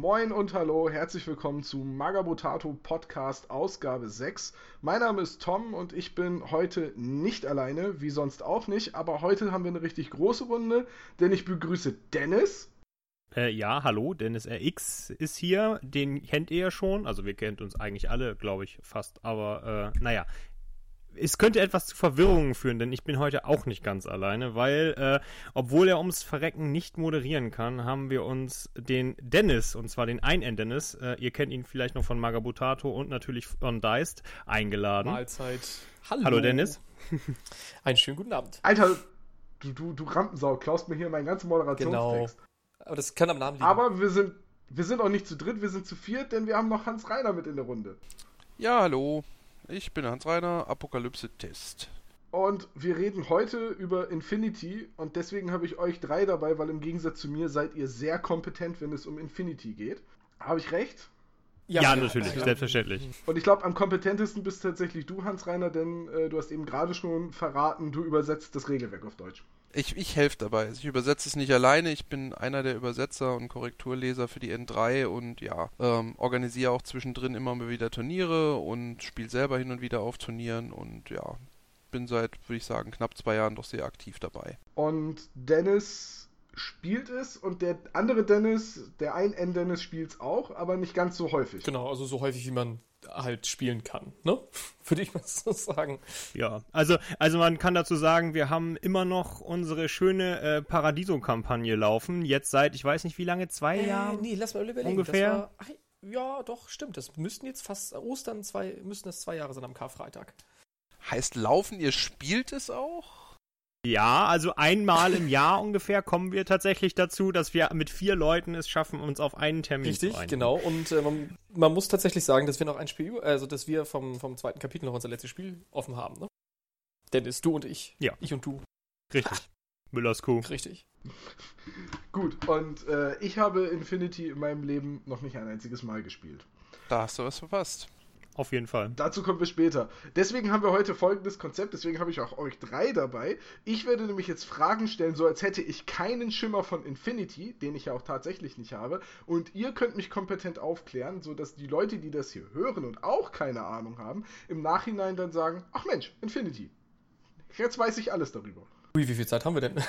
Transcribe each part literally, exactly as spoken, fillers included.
Moin und hallo, herzlich willkommen zu Magabotato Podcast Ausgabe sechs. Mein Name ist Tom und ich bin heute nicht alleine, wie sonst auch nicht, aber heute haben wir eine richtig große Runde, denn ich begrüße Dennis. Äh, ja, hallo, Dennis R X ist hier, den kennt ihr ja schon, also wir kennen uns eigentlich alle, glaube ich, fast, aber äh, naja. Es könnte etwas zu Verwirrungen führen, denn ich bin heute auch nicht ganz alleine, weil, äh, obwohl er ums Verrecken nicht moderieren kann, haben wir uns den Dennis, und zwar den Ein-N-Dennis, äh, ihr kennt ihn vielleicht noch von Magabotato und natürlich von Deist, eingeladen. Mahlzeit. Hallo. Hallo Dennis. Einen schönen guten Abend. Alter, du, du, du Rampensau, klaust mir hier meinen ganzen Moderationstext. Genau. Aber das kann am Namen liegen. Aber wir sind, wir sind auch nicht zu dritt, wir sind zu viert, denn wir haben noch Hans Reiner mit in der Runde. Ja, hallo. Ich bin Hans Reiner, Apokalypse-Test. Und wir reden heute über Infinity und deswegen habe ich euch drei dabei, weil im Gegensatz zu mir seid ihr sehr kompetent, wenn es um Infinity geht. Habe ich recht? Ja, ja natürlich, ja. Selbstverständlich. Und ich glaube, am kompetentesten bist tatsächlich du, Hans Reiner, denn äh, du hast eben gerade schon verraten, du übersetzt das Regelwerk auf Deutsch. Ich, ich helfe dabei. Ich übersetze es nicht alleine. Ich bin einer der Übersetzer und Korrekturleser für die N drei und ja, ähm, organisiere auch zwischendrin immer mal wieder Turniere und spiele selber hin und wieder auf Turnieren und ja, bin seit, würde ich sagen, knapp zwei Jahren doch sehr aktiv dabei. Und Dennis spielt es und der andere Dennis, der Ein-N-Dennis spielt es auch, aber nicht ganz so häufig. Genau, also so häufig, wie man halt spielen kann, ne? Würde ich mal so sagen. Ja, also, also man kann dazu sagen, wir haben immer noch unsere schöne äh, Paradiso-Kampagne laufen, jetzt seit, ich weiß nicht wie lange, zwei äh, Jahren? Nee, lass mal überlegen. Ungefähr? Das war, ach, ja, doch, stimmt, das müssten jetzt fast, Ostern, zwei, müssten das zwei Jahre sein am Karfreitag. Heißt laufen, ihr spielt es auch? Ja, also einmal im Jahr ungefähr kommen wir tatsächlich dazu, dass wir mit vier Leuten es schaffen, uns auf einen Termin Richtig, zu einigen. genau. Und äh, man, man muss tatsächlich sagen, dass wir noch ein Spiel, also dass wir vom, vom zweiten Kapitel noch unser letztes Spiel offen haben, ne? Dennis, du und ich. Ja. Ich und du. Richtig. Müllers Kuh. Richtig. Gut, und äh, ich habe Infinity in meinem Leben noch nicht ein einziges Mal gespielt. Da hast du was verpasst. Auf jeden Fall. Dazu kommen wir später. Deswegen haben wir heute folgendes Konzept, deswegen habe ich auch euch drei dabei. Ich werde nämlich jetzt Fragen stellen, so als hätte ich keinen Schimmer von Infinity, den ich ja auch tatsächlich nicht habe. Und ihr könnt mich kompetent aufklären, sodass die Leute, die das hier hören und auch keine Ahnung haben, im Nachhinein dann sagen, ach Mensch, Infinity. Jetzt weiß ich alles darüber. Ui, wie viel Zeit haben wir denn?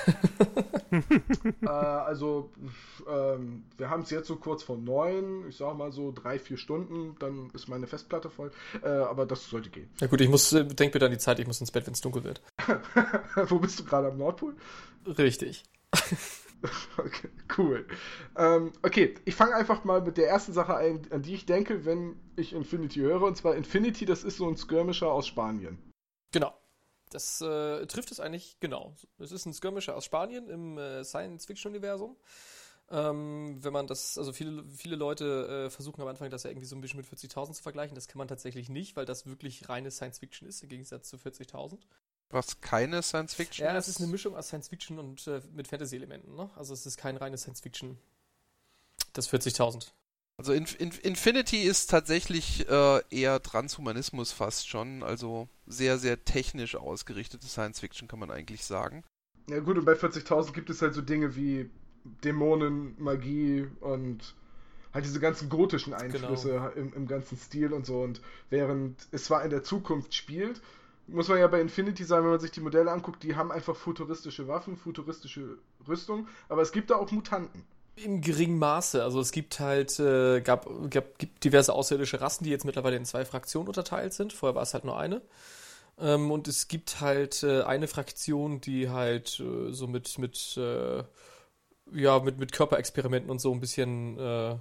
äh, also, ähm, wir haben es jetzt so kurz vor neun, ich sag mal so drei, vier Stunden, dann ist meine Festplatte voll, äh, aber das sollte gehen. Ja gut, ich muss, denk bitte an die Zeit, ich muss ins Bett, wenn es dunkel wird. Wo bist du gerade, am Nordpol? Richtig. Okay, cool. Ähm, okay, ich fange einfach mal mit der ersten Sache ein, an die ich denke, wenn ich Infinity höre, und zwar Infinity, das ist so ein Skirmisher aus Spanien. Genau. Das äh, trifft es eigentlich genau. Es ist ein Skirmisher aus Spanien im äh, Science-Fiction-Universum. Ähm, wenn man das, also viele, viele Leute äh, versuchen am Anfang, das ja irgendwie so ein bisschen mit vierzigtausend zu vergleichen. Das kann man tatsächlich nicht, weil das wirklich reine Science-Fiction ist, im Gegensatz zu vierzigtausend. Was keine Science-Fiction ja, ist? Ja, es ist eine Mischung aus Science-Fiction und äh, mit Fantasy-Elementen. Ne? Also es ist kein reines Science-Fiction, das vierzigtausend. Also in, in, Infinity ist tatsächlich äh, eher Transhumanismus fast schon, also sehr, sehr technisch ausgerichtete Science-Fiction kann man eigentlich sagen. Ja gut, und bei vierzigtausend gibt es halt so Dinge wie Dämonen, Magie und halt diese ganzen gotischen Einflüsse genau. im, im ganzen Stil und so. Und während es zwar in der Zukunft spielt, muss man ja bei Infinity sagen, wenn man sich die Modelle anguckt, die haben einfach futuristische Waffen, futuristische Rüstung, aber es gibt da auch Mutanten. Im geringen Maße. Also es gibt halt, äh, gab, gab, gibt diverse außerirdische Rassen, die jetzt mittlerweile in zwei Fraktionen unterteilt sind. Vorher war es halt nur eine. Ähm, und es gibt halt äh, eine Fraktion, die halt äh, so mit, mit, äh, ja, mit, mit Körperexperimenten und so ein bisschen, äh,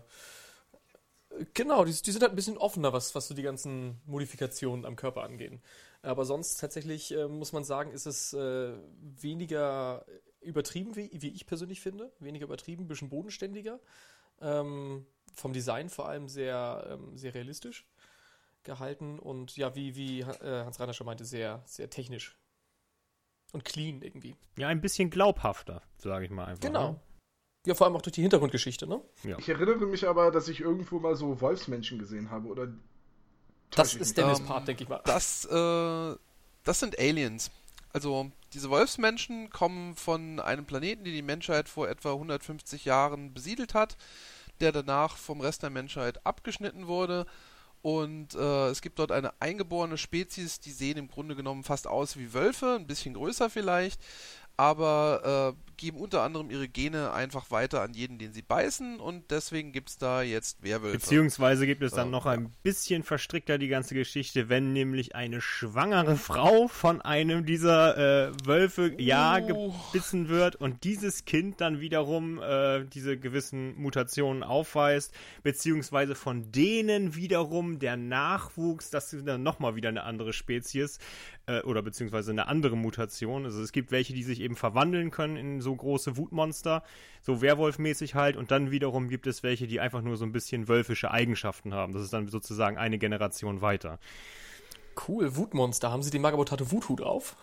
genau, die, die sind halt ein bisschen offener, was, was so die ganzen Modifikationen am Körper angehen. Aber sonst tatsächlich, äh, muss man sagen, ist es äh, weniger übertrieben, wie, wie ich persönlich finde. Weniger übertrieben, ein bisschen bodenständiger. Ähm, vom Design vor allem sehr, ähm, sehr realistisch gehalten und ja, wie, wie äh, Hans Reiner schon meinte, sehr, sehr technisch. Und clean irgendwie. Ja, ein bisschen glaubhafter, sage ich mal einfach. Genau. Ne? Ja, vor allem auch durch die Hintergrundgeschichte, ne? Ja. Ich erinnere mich aber, dass ich irgendwo mal so Wolfsmenschen gesehen habe, oder? Das ist Dennis ähm, Part, denke ich mal. Das, äh, das sind Aliens. Also, diese Wolfsmenschen kommen von einem Planeten, den die Menschheit vor etwa hundertfünfzig Jahren besiedelt hat. der danach vom Rest der Menschheit abgeschnitten wurde. Und äh, es gibt dort eine eingeborene Spezies, die sehen im Grunde genommen fast aus wie Wölfe, ein bisschen größer vielleicht, aber äh, geben unter anderem ihre Gene einfach weiter an jeden, den sie beißen, und deswegen gibt es da jetzt Werwölfe. Beziehungsweise gibt es dann Ähm, noch ja. ein bisschen verstrickter die ganze Geschichte, wenn nämlich eine schwangere Frau von einem dieser äh, Wölfe ja Uh. gebissen wird und dieses Kind dann wiederum äh, diese gewissen Mutationen aufweist, beziehungsweise von denen wiederum der Nachwuchs, das ist dann nochmal wieder eine andere Spezies, äh, oder beziehungsweise eine andere Mutation. Also es gibt welche, die sich eben verwandeln können in so große Wutmonster, so Werwolfmäßig halt, und dann wiederum gibt es welche, die einfach nur so ein bisschen wölfische Eigenschaften haben. Das ist dann sozusagen eine Generation weiter. Cool, Wutmonster. Haben sie die Magabotate Wuthut auf?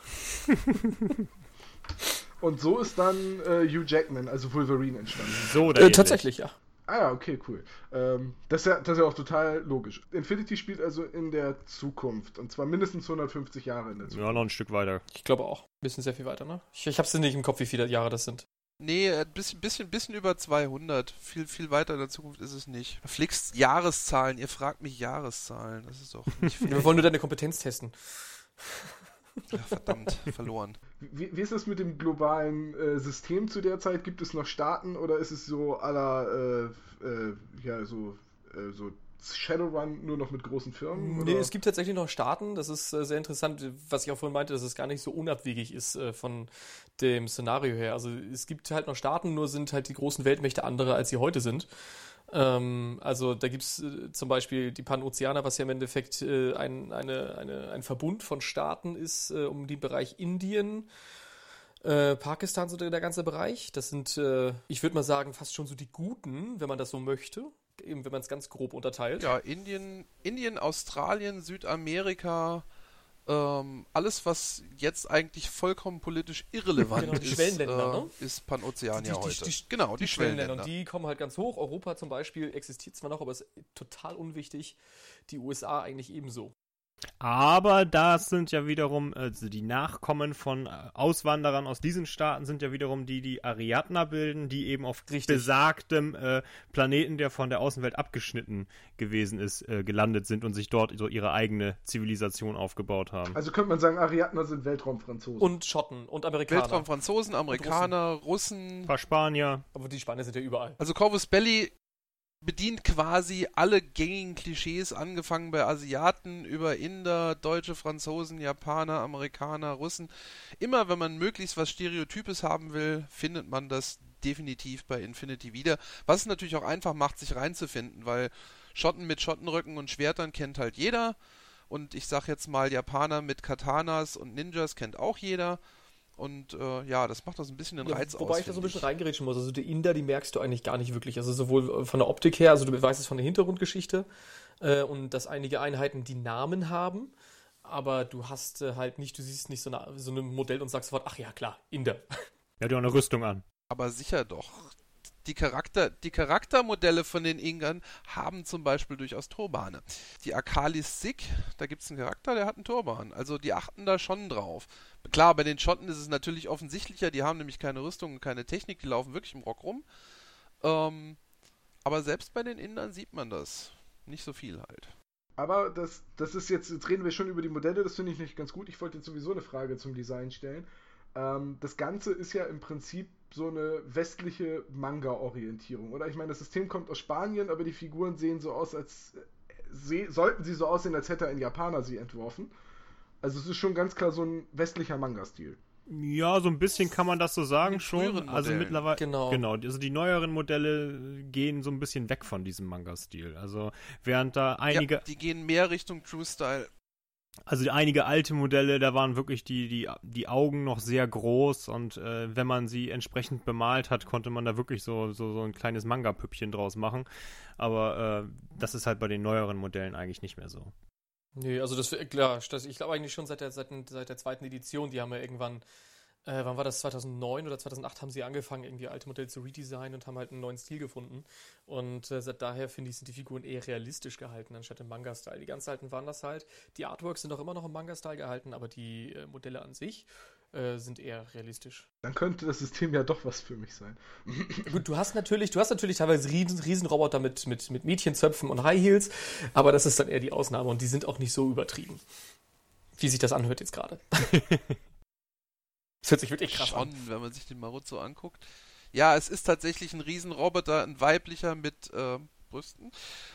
Und so ist dann äh, Hugh Jackman, also Wolverine, entstanden. So oder Äh, ähnlich. tatsächlich, ja. Ah ja, okay, cool. Ähm, das, ist ja, das ist ja auch total logisch. Infinity spielt also in der Zukunft. Und zwar mindestens hundertfünfzig Jahre in der Zukunft. Ja, noch ein Stück weiter. Ich glaube auch. Ein bisschen sehr viel weiter, ne? Ich, ich hab's nicht im Kopf, wie viele Jahre das sind. Nee, ein bisschen, bisschen, bisschen über zweihundert. Viel, viel weiter in der Zukunft ist es nicht. Flix Jahreszahlen. Ihr fragt mich Jahreszahlen. Das ist doch nicht viel. Wir wollen nur deine Kompetenz testen. Ja, verdammt, verloren. Wie, wie ist es mit dem globalen äh, System zu der Zeit? Gibt es noch Staaten oder ist es so à la, äh, äh, ja, so, äh, so Shadowrun nur noch mit großen Firmen? Nee, oder? es gibt tatsächlich noch Staaten. Das ist äh, sehr interessant, was ich auch vorhin meinte, dass es gar nicht so unabwegig ist äh, von dem Szenario her. Also es gibt halt noch Staaten, nur sind halt die großen Weltmächte andere, als sie heute sind. Ähm, also da gibt es äh, zum Beispiel die Panozeaner, was ja im Endeffekt äh, ein, eine, eine, ein Verbund von Staaten ist, äh, um den Bereich Indien, äh, Pakistan, so der, der ganze Bereich. Das sind, äh, ich würde mal sagen, fast schon so die Guten, wenn man das so möchte. Eben, wenn man es ganz grob unterteilt. Ja, Indien, Indien, Australien, Südamerika, ähm, alles, was jetzt eigentlich vollkommen politisch irrelevant Genau, die ist, Schwellenländer, äh, ne? ist Panozeania Die- die- heute. die- genau, die, Die Schwellenländer, Schwellenländer. und die kommen halt ganz hoch. Europa zum Beispiel existiert zwar noch, aber ist total unwichtig. Die U S A eigentlich ebenso. Aber das sind ja wiederum, also die Nachkommen von äh, Auswanderern aus diesen Staaten sind ja wiederum die, die Ariadna bilden, die eben auf Richtig. besagtem äh, Planeten, der von der Außenwelt abgeschnitten gewesen ist, äh, gelandet sind und sich dort so ihre eigene Zivilisation aufgebaut haben. Also könnte man sagen, Ariadner sind Weltraumfranzosen. Und Schotten und Amerikaner. Weltraumfranzosen, Amerikaner, Russen. Ein paar Spanier. Aber die Spanier sind ja überall. Also Corvus Belli bedient quasi alle gängigen Klischees, angefangen bei Asiaten über Inder, Deutsche, Franzosen, Japaner, Amerikaner, Russen. Immer wenn man möglichst was Stereotypes haben will, findet man das definitiv bei Infinity wieder. Was es natürlich auch einfach macht, sich reinzufinden, weil Schotten mit Schottenröcken und Schwertern kennt halt jeder. Und ich sag jetzt mal, Japaner mit Katanas und Ninjas kennt auch jeder. Und äh, ja, das macht das ein bisschen den Ja, Reiz aus. wobei ich da so ein finde bisschen reingerätschen muss. Also die Inder, die merkst du eigentlich gar nicht wirklich. Also sowohl von der Optik her, also du weißt es von der Hintergrundgeschichte äh, und dass einige Einheiten die Namen haben, aber du hast äh, halt nicht, du siehst nicht so, eine, so ein Modell und sagst sofort, ach ja, klar, Inder. Er hat ja auch eine Rüstung an. Aber sicher doch. Die, Charakter, die Charaktermodelle von den Ingern haben zum Beispiel durchaus Turbane. Die Akalis Sik, da gibt es einen Charakter, der hat einen Turban. Also die achten da schon drauf. Klar, bei den Schotten ist es natürlich offensichtlicher, die haben nämlich keine Rüstung und keine Technik, die laufen wirklich im Rock rum. Ähm, aber selbst bei den Indern sieht man das. Nicht so viel halt. Aber das, das ist jetzt, jetzt reden wir schon über die Modelle, das finde ich nicht ganz gut. Ich wollte jetzt sowieso eine Frage zum Design stellen. Ähm, das Ganze ist ja im Prinzip so eine westliche Manga-Orientierung, oder? Ich meine, das System kommt aus Spanien, aber die Figuren sehen so aus, als se- sollten sie so aussehen, als hätte ein Japaner sie entworfen. Also es ist schon ganz klar so ein westlicher Manga-Stil. Ja, so ein bisschen kann man das so sagen Mit schon. früheren Also Modellen. mittlerweile, Genau. genau. Also die neueren Modelle gehen so ein bisschen weg von diesem Manga-Stil. Also während da einige, Ja, die gehen mehr Richtung True Style. also die einige alte Modelle, da waren wirklich die, die, die Augen noch sehr groß und äh, wenn man sie entsprechend bemalt hat, konnte man da wirklich so, so, so ein kleines Manga-Püppchen draus machen. Aber äh, das ist halt bei den neueren Modellen eigentlich nicht mehr so. Nee, also das klar, das, ich glaube eigentlich schon seit der, seit, seit der zweiten Edition, die haben ja irgendwann, äh, wann war das, zweitausendneun oder zweitausendacht haben sie angefangen, irgendwie alte Modelle zu redesignen und haben halt einen neuen Stil gefunden. Und äh, seit daher, finde ich, sind die Figuren eher realistisch gehalten, anstatt im Manga-Style. Die ganz alten waren das halt. Die Artworks sind auch immer noch im Manga-Style gehalten, aber die äh, Modelle an sich äh, sind eher realistisch. Dann könnte das System ja doch was für mich sein. Gut, du hast natürlich, du hast natürlich teilweise riesen, Riesenroboter mit, mit, mit Mädchenzöpfen und High Heels, aber das ist dann eher die Ausnahme und die sind auch nicht so übertrieben, wie sich das anhört jetzt gerade. Das hört sich wirklich krass Schon, an. wenn man sich den Maruzzo anguckt. Ja, es ist tatsächlich ein Riesenroboter, ein weiblicher mit äh, Brüsten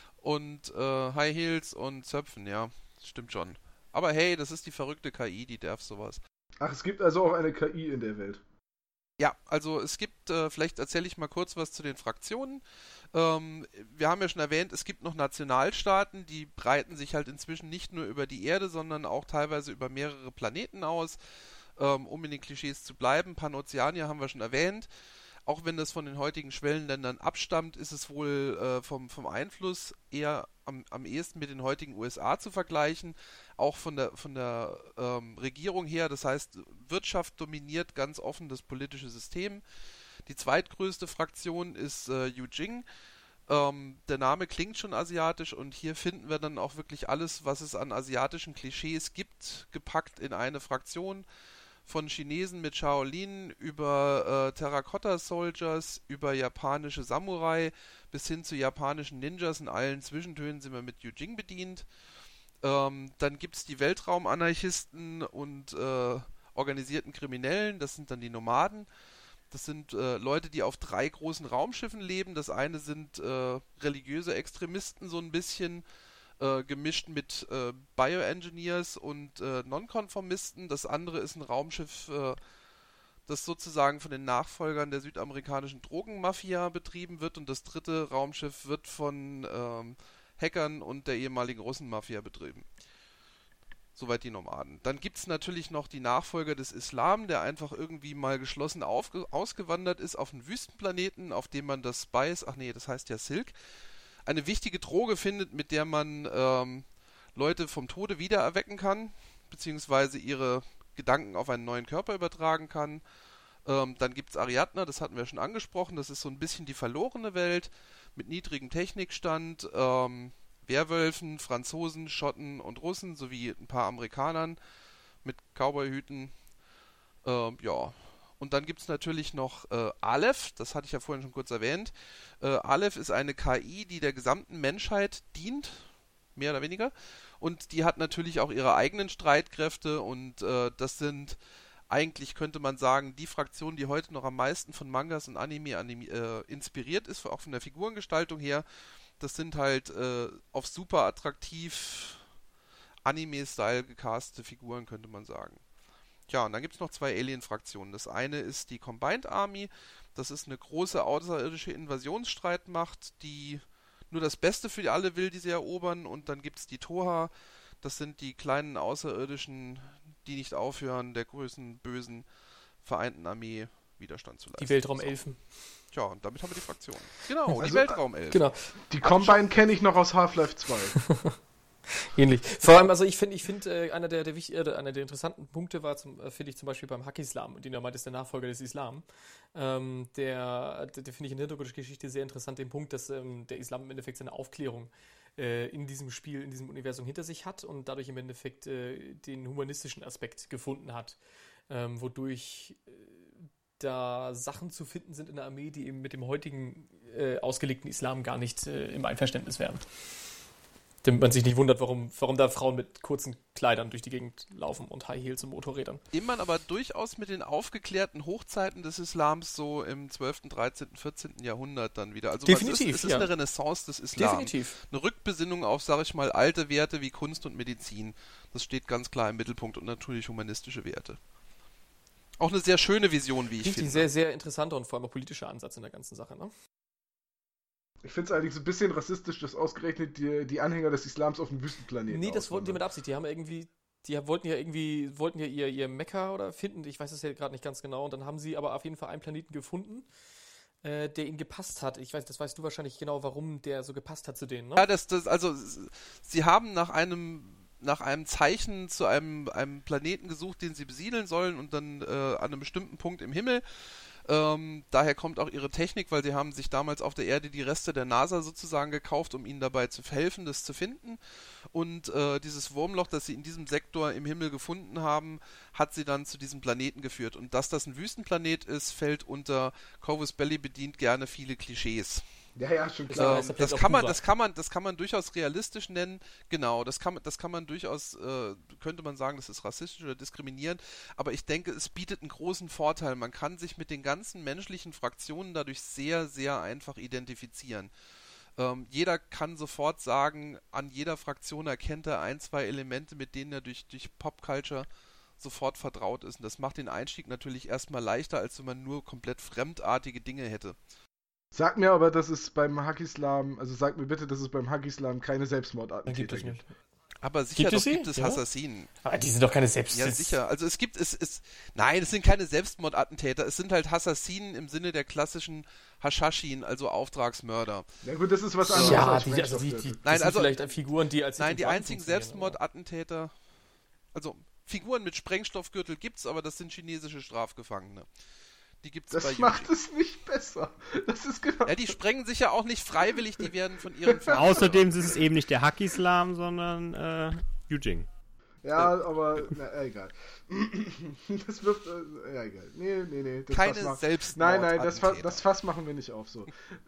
und äh, High Heels und Zöpfen, ja, stimmt schon. Aber hey, das ist die verrückte K I, die darf sowas. Ach, es gibt also auch eine K I in der Welt. Ja, also es gibt, äh, vielleicht erzähle ich mal kurz was zu den Fraktionen. Ähm, wir haben ja schon erwähnt, es gibt noch Nationalstaaten, die breiten sich halt inzwischen nicht nur über die Erde, sondern auch teilweise über mehrere Planeten aus. Ähm, um in den Klischees zu bleiben, Panozeania haben wir schon erwähnt. Auch wenn das von den heutigen Schwellenländern abstammt, ist es wohl äh, vom, vom Einfluss eher am, am ehesten mit den heutigen U S A zu vergleichen. Auch von der, von der ähm, Regierung her, das heißt, Wirtschaft dominiert ganz offen das politische System. Die zweitgrößte Fraktion ist äh, Yujing. Ähm, der Name klingt schon asiatisch und hier finden wir dann auch wirklich alles, was es an asiatischen Klischees gibt, gepackt in eine Fraktion. Von Chinesen mit Shaolin über äh, Terracotta Soldiers, über japanische Samurai bis hin zu japanischen Ninjas. In allen Zwischentönen sind wir mit Yujing bedient. Ähm, dann gibt es die Weltraumanarchisten und äh, organisierten Kriminellen, das sind dann die Nomaden. Das sind äh, Leute, die auf drei großen Raumschiffen leben. Das eine sind äh, religiöse Extremisten, so ein bisschen äh, gemischt mit äh, Bioengineers und äh, Nonkonformisten. Das andere ist ein Raumschiff, äh, das sozusagen von den Nachfolgern der südamerikanischen Drogenmafia betrieben wird. Und das dritte Raumschiff wird von ähm, Hackern und der ehemaligen Russenmafia betrieben. Soweit die Nomaden. Dann gibt es natürlich noch die Nachfolger des Islam, der einfach irgendwie mal geschlossen aufge- ausgewandert ist auf einen Wüstenplaneten, auf dem man das Spice, ach nee, das heißt ja Silk, eine wichtige Droge findet, mit der man ähm, Leute vom Tode wiedererwecken kann, beziehungsweise ihre Gedanken auf einen neuen Körper übertragen kann. Ähm, dann gibt es Ariadna, das hatten wir schon angesprochen, das ist so ein bisschen die verlorene Welt mit niedrigem Technikstand, ähm, Werwölfen, Franzosen, Schotten und Russen sowie ein paar Amerikanern mit Cowboyhüten. Ähm, ja. Und dann gibt es natürlich noch äh, Aleph, das hatte ich ja vorhin schon kurz erwähnt. Äh, Aleph ist eine K I, die der gesamten Menschheit dient, mehr oder weniger. Und die hat natürlich auch ihre eigenen Streitkräfte und äh, das sind eigentlich, könnte man sagen, die Fraktion, die heute noch am meisten von Mangas und Anime, Anime äh, inspiriert ist, auch von der Figurengestaltung her. Das sind halt äh, auf super attraktiv Anime-Style gecastete Figuren, könnte man sagen. Ja, und dann gibt es noch zwei Alien-Fraktionen. Das eine ist die Combined Army. Das ist eine große außerirdische Invasionsstreitmacht, die nur das Beste für alle will, die sie erobern. Und dann gibt es die Toha. Das sind die kleinen Außerirdischen, die nicht aufhören, der größten, bösen Vereinten Armee Widerstand zu leisten. Die Weltraumelfen. Tja, und damit haben wir die Fraktionen. Genau, Also, die Weltraumelfen. Genau. Die Combine kenne ich noch aus Half-Life zwei. Ähnlich. Vor allem, also ich finde, ich finde, äh, einer der, der, wichtig, äh, einer der interessanten Punkte war, zum, äh, finde ich zum Beispiel beim Hack-Islam, den er meint, ist der Nachfolger des Islam. Ähm, der, der, der finde ich in der Hintergrundgeschichte sehr interessant, den Punkt, dass ähm, der Islam im Endeffekt seine Aufklärung äh, in diesem Spiel, in diesem Universum hinter sich hat und dadurch im Endeffekt äh, den humanistischen Aspekt gefunden hat, ähm, wodurch äh, da Sachen zu finden sind in der Armee, die eben mit dem heutigen äh, ausgelegten Islam gar nicht äh, im Einverständnis wären. Damit man sich nicht wundert, warum, warum da Frauen mit kurzen Kleidern durch die Gegend laufen und High Heels und Motorrädern. Dem man aber durchaus mit den aufgeklärten Hochzeiten des Islams so im zwölften, dreizehnten, vierzehnten Jahrhundert dann wieder. Also Definitiv, es ist, es ist ja. eine Renaissance des Islam. Definitiv. Eine Rückbesinnung auf, sag ich mal, alte Werte wie Kunst und Medizin. Das steht ganz klar im Mittelpunkt und natürlich humanistische Werte. Auch eine sehr schöne Vision, wie ich Richtig, finde. sehr, sehr interessanter und vor allem auch politischer Ansatz in der ganzen Sache, ne? Ich finde es allerdings ein bisschen rassistisch, dass ausgerechnet die, die Anhänger des Islams auf dem Wüstenplaneten Nee, das wollten die auswandern. mit Absicht. Die haben irgendwie, die wollten ja irgendwie, wollten ja ihr, ihr Mekka oder finden, ich weiß das ja gerade nicht ganz genau, und dann haben sie aber auf jeden Fall einen Planeten gefunden, äh, der ihnen gepasst hat. Ich weiß, das weißt du wahrscheinlich genau, warum der so gepasst hat zu denen, ne? Ja, das, das, also, sie haben nach einem nach einem Zeichen zu einem, einem Planeten gesucht, den sie besiedeln sollen und dann äh, an einem bestimmten Punkt im Himmel Ähm, daher kommt auch ihre Technik, weil sie haben sich damals auf der Erde die Reste der NASA sozusagen gekauft, um ihnen dabei zu helfen, das zu finden. Und äh, dieses Wurmloch, das sie in diesem Sektor im Himmel gefunden haben, hat sie dann zu diesem Planeten geführt. Und dass das ein Wüstenplanet ist, fällt unter Corvus Belli bedient gerne viele Klischees. Ja, ja, schon klar. Ähm, das, kann man, das, kann man, das kann man durchaus realistisch nennen. Genau, das kann, das kann man durchaus, äh, könnte man sagen, das ist rassistisch oder diskriminierend. Aber ich denke, es bietet einen großen Vorteil. Man kann sich mit den ganzen menschlichen Fraktionen dadurch sehr, sehr einfach identifizieren. Ähm, jeder kann sofort sagen, an jeder Fraktion erkennt er ein, zwei Elemente, mit denen er durch, durch Popculture sofort vertraut ist. Und das macht den Einstieg natürlich erstmal leichter, als wenn man nur komplett fremdartige Dinge hätte. Sag mir aber, dass es beim Hackislam, also sag mir bitte, dass es beim Hackislam keine Selbstmordattentäter gibt. Es gibt. Aber sicher gibt doch es gibt es ja? Assassinen. Aber die sind doch keine Selbst... Ja, sicher. Also es gibt, es ist, nein, es sind keine Selbstmordattentäter, es sind halt Assassinen im Sinne der klassischen Hashashin, also Auftragsmörder. Ja gut, das ist was anderes. Ja, als die, also die, die, Nein, das sind also, vielleicht Figuren, die als... Nein, die einzigen Selbstmordattentäter, also Figuren mit Sprengstoffgürtel gibt's, aber das sind chinesische Strafgefangene. Die gibt's das bei macht Yuji. es nicht besser. Das ist genau. Ja, die sprengen sich ja auch nicht freiwillig, die werden von ihren... Außerdem ist es eben nicht der Hackislam, sondern äh, Yujing. Ja, aber, na, egal. Das wirft, äh, ja, egal. Nee, nee, nee. Das Keine Fass Selbstmordattentäter. Nein, nein, das Fass, das Fass machen wir nicht auf, so.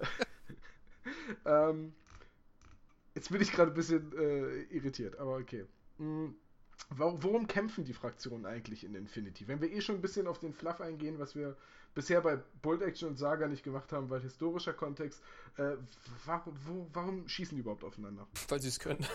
ähm, jetzt bin ich gerade ein bisschen äh, irritiert, aber okay. Hm. Worum kämpfen die Fraktionen eigentlich in Infinity? Wenn wir eh schon ein bisschen auf den Fluff eingehen, was wir bisher bei Bolt Action und Saga nicht gemacht haben, weil historischer Kontext, äh, warum, wo, warum schießen die überhaupt aufeinander? Weil sie es können.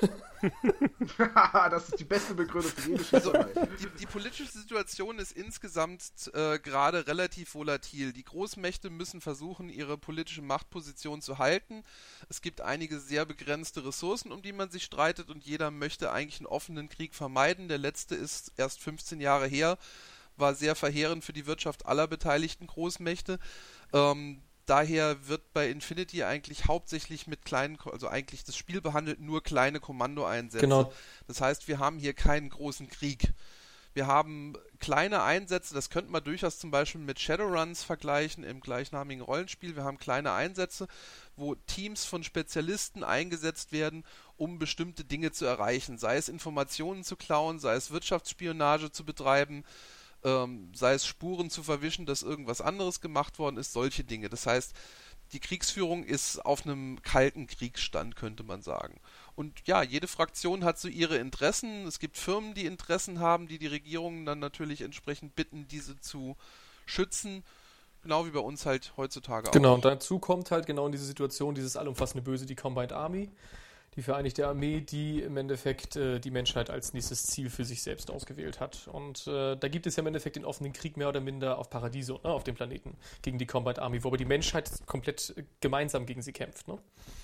Das ist die beste Begründung für jede Schießerei. Die, die politische Situation ist insgesamt äh, gerade relativ volatil. Die Großmächte müssen versuchen, ihre politische Machtposition zu halten. Es gibt einige sehr begrenzte Ressourcen, um die man sich streitet, und jeder möchte eigentlich einen offenen Krieg vermeiden. Der letzte ist erst fünfzehn Jahre her, war sehr verheerend für die Wirtschaft aller beteiligten Großmächte. Ähm, daher wird bei Infinity eigentlich hauptsächlich mit kleinen, also eigentlich das Spiel behandelt nur kleine Kommandoeinsätze. Genau. Das heißt, wir haben hier keinen großen Krieg. Wir haben kleine Einsätze, das könnte man durchaus zum Beispiel mit Shadowruns vergleichen im gleichnamigen Rollenspiel. Wir haben kleine Einsätze, wo Teams von Spezialisten eingesetzt werden, um bestimmte Dinge zu erreichen. Sei es Informationen zu klauen, sei es Wirtschaftsspionage zu betreiben, ähm, sei es Spuren zu verwischen, dass irgendwas anderes gemacht worden ist, solche Dinge. Das heißt, die Kriegsführung ist auf einem kalten Kriegsstand, könnte man sagen. Und ja, jede Fraktion hat so ihre Interessen. Es gibt Firmen, die Interessen haben, die die Regierungen dann natürlich entsprechend bitten, diese zu schützen. Genau wie bei uns halt heutzutage auch. Genau, und dazu kommt halt genau in diese Situation dieses allumfassende Böse, die Combined Army, die Vereinigte Armee, die im Endeffekt äh, die Menschheit als nächstes Ziel für sich selbst ausgewählt hat. Und äh, da gibt es ja im Endeffekt den offenen Krieg mehr oder minder auf Paradiso, ne, auf dem Planeten, gegen die Combined Army, wo aber die Menschheit komplett äh, gemeinsam gegen sie kämpft, ne?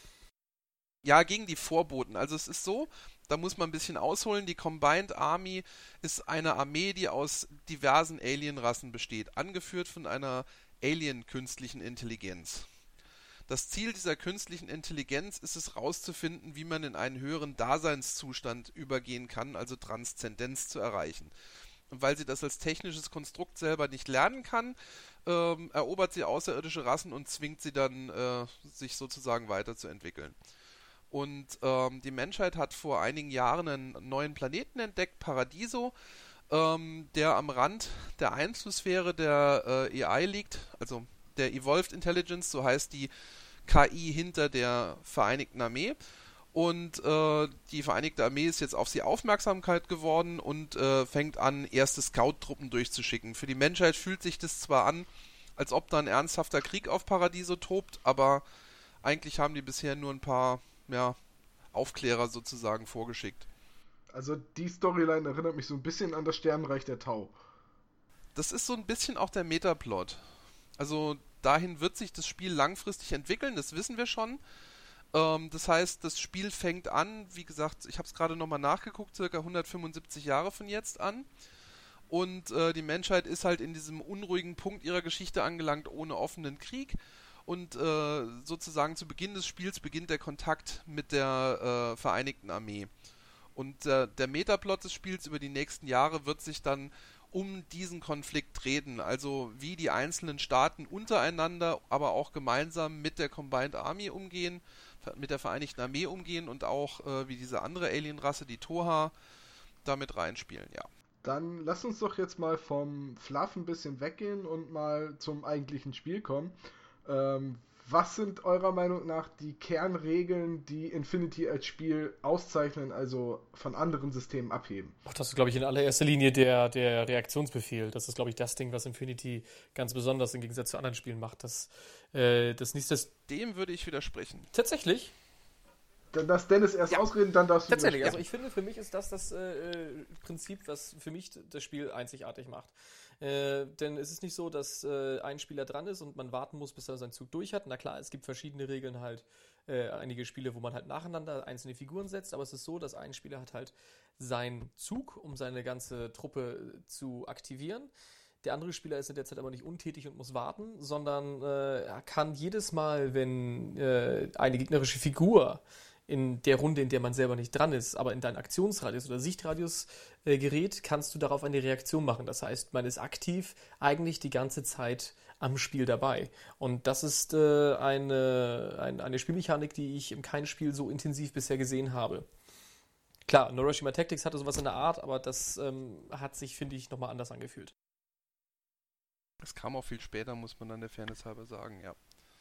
Ja, gegen die Vorboten. Also es ist so, da muss man ein bisschen ausholen, die Combined Army ist eine Armee, die aus diversen Alienrassen besteht, angeführt von einer Alien-künstlichen Intelligenz. Das Ziel dieser künstlichen Intelligenz ist es, herauszufinden, wie man in einen höheren Daseinszustand übergehen kann, also Transzendenz zu erreichen. Und weil sie das als technisches Konstrukt selber nicht lernen kann, ähm, erobert sie außerirdische Rassen und zwingt sie dann, äh, sich sozusagen weiterzuentwickeln. Und ähm, die Menschheit hat vor einigen Jahren einen neuen Planeten entdeckt, Paradiso, ähm, der am Rand der Einflusssphäre der äh, A I liegt, also der Evolved Intelligence, so heißt die K I hinter der Vereinigten Armee. Und äh, die Vereinigte Armee ist jetzt auf sie Aufmerksamkeit geworden und äh, fängt an, erste Scout-Truppen durchzuschicken. Für die Menschheit fühlt sich das zwar an, als ob da ein ernsthafter Krieg auf Paradiso tobt, aber eigentlich haben die bisher nur ein paar ja, Aufklärer sozusagen vorgeschickt. Also die Storyline erinnert mich so ein bisschen an das Sternenreich der Tau. Das ist so ein bisschen auch der Metaplot. Also dahin wird sich das Spiel langfristig entwickeln, das wissen wir schon. Ähm, das heißt, das Spiel fängt an, wie gesagt, ich habe es gerade nochmal nachgeguckt, circa hundertfünfundsiebzig Jahre von jetzt an. Und äh, die Menschheit ist halt in diesem unruhigen Punkt ihrer Geschichte angelangt, ohne offenen Krieg. Und äh, sozusagen zu Beginn des Spiels beginnt der Kontakt mit der äh, Vereinigten Armee. Und äh, der Metaplot des Spiels über die nächsten Jahre wird sich dann um diesen Konflikt reden. Also wie die einzelnen Staaten untereinander, aber auch gemeinsam mit der Combined Army umgehen, mit der Vereinigten Armee umgehen und auch äh, wie diese andere Alien-Rasse, die Toha, damit reinspielen, ja. Dann lass uns doch jetzt mal vom Fluff ein bisschen weggehen und mal zum eigentlichen Spiel kommen. Ähm, was sind eurer Meinung nach die Kernregeln, die Infinity als Spiel auszeichnen, also von anderen Systemen abheben? Ach, das ist, glaube ich, in allererster Linie der, der Reaktionsbefehl. Das ist, glaube ich, das Ding, was Infinity ganz besonders im Gegensatz zu anderen Spielen macht. Das, äh, das nicht das. Dem würde ich widersprechen. Tatsächlich? Dann darf Dennis erst ja. ausreden, dann darfst du Tatsächlich, also ich finde, für mich ist das das äh, Prinzip, was für mich das Spiel einzigartig macht. Äh, denn es ist nicht so, dass äh, ein Spieler dran ist und man warten muss, bis er seinen Zug durch hat. Na klar, es gibt verschiedene Regeln halt, äh, einige Spiele, wo man halt nacheinander einzelne Figuren setzt, aber es ist so, dass ein Spieler hat halt seinen Zug, um seine ganze Truppe zu aktivieren. Der andere Spieler ist in der Zeit aber nicht untätig und muss warten, sondern äh, er kann jedes Mal, wenn äh, eine gegnerische Figur in der Runde, in der man selber nicht dran ist, aber in deinen Aktionsradius oder Sichtradius äh, gerät, kannst du darauf eine Reaktion machen. Das heißt, man ist aktiv eigentlich die ganze Zeit am Spiel dabei. Und das ist äh, eine, ein, eine Spielmechanik, die ich in keinem Spiel so intensiv bisher gesehen habe. Klar, Neuroshima Tactics hatte sowas in der Art, aber das ähm, hat sich, finde ich, nochmal anders angefühlt. Es kam auch viel später, muss man dann der Fairness halber sagen, ja.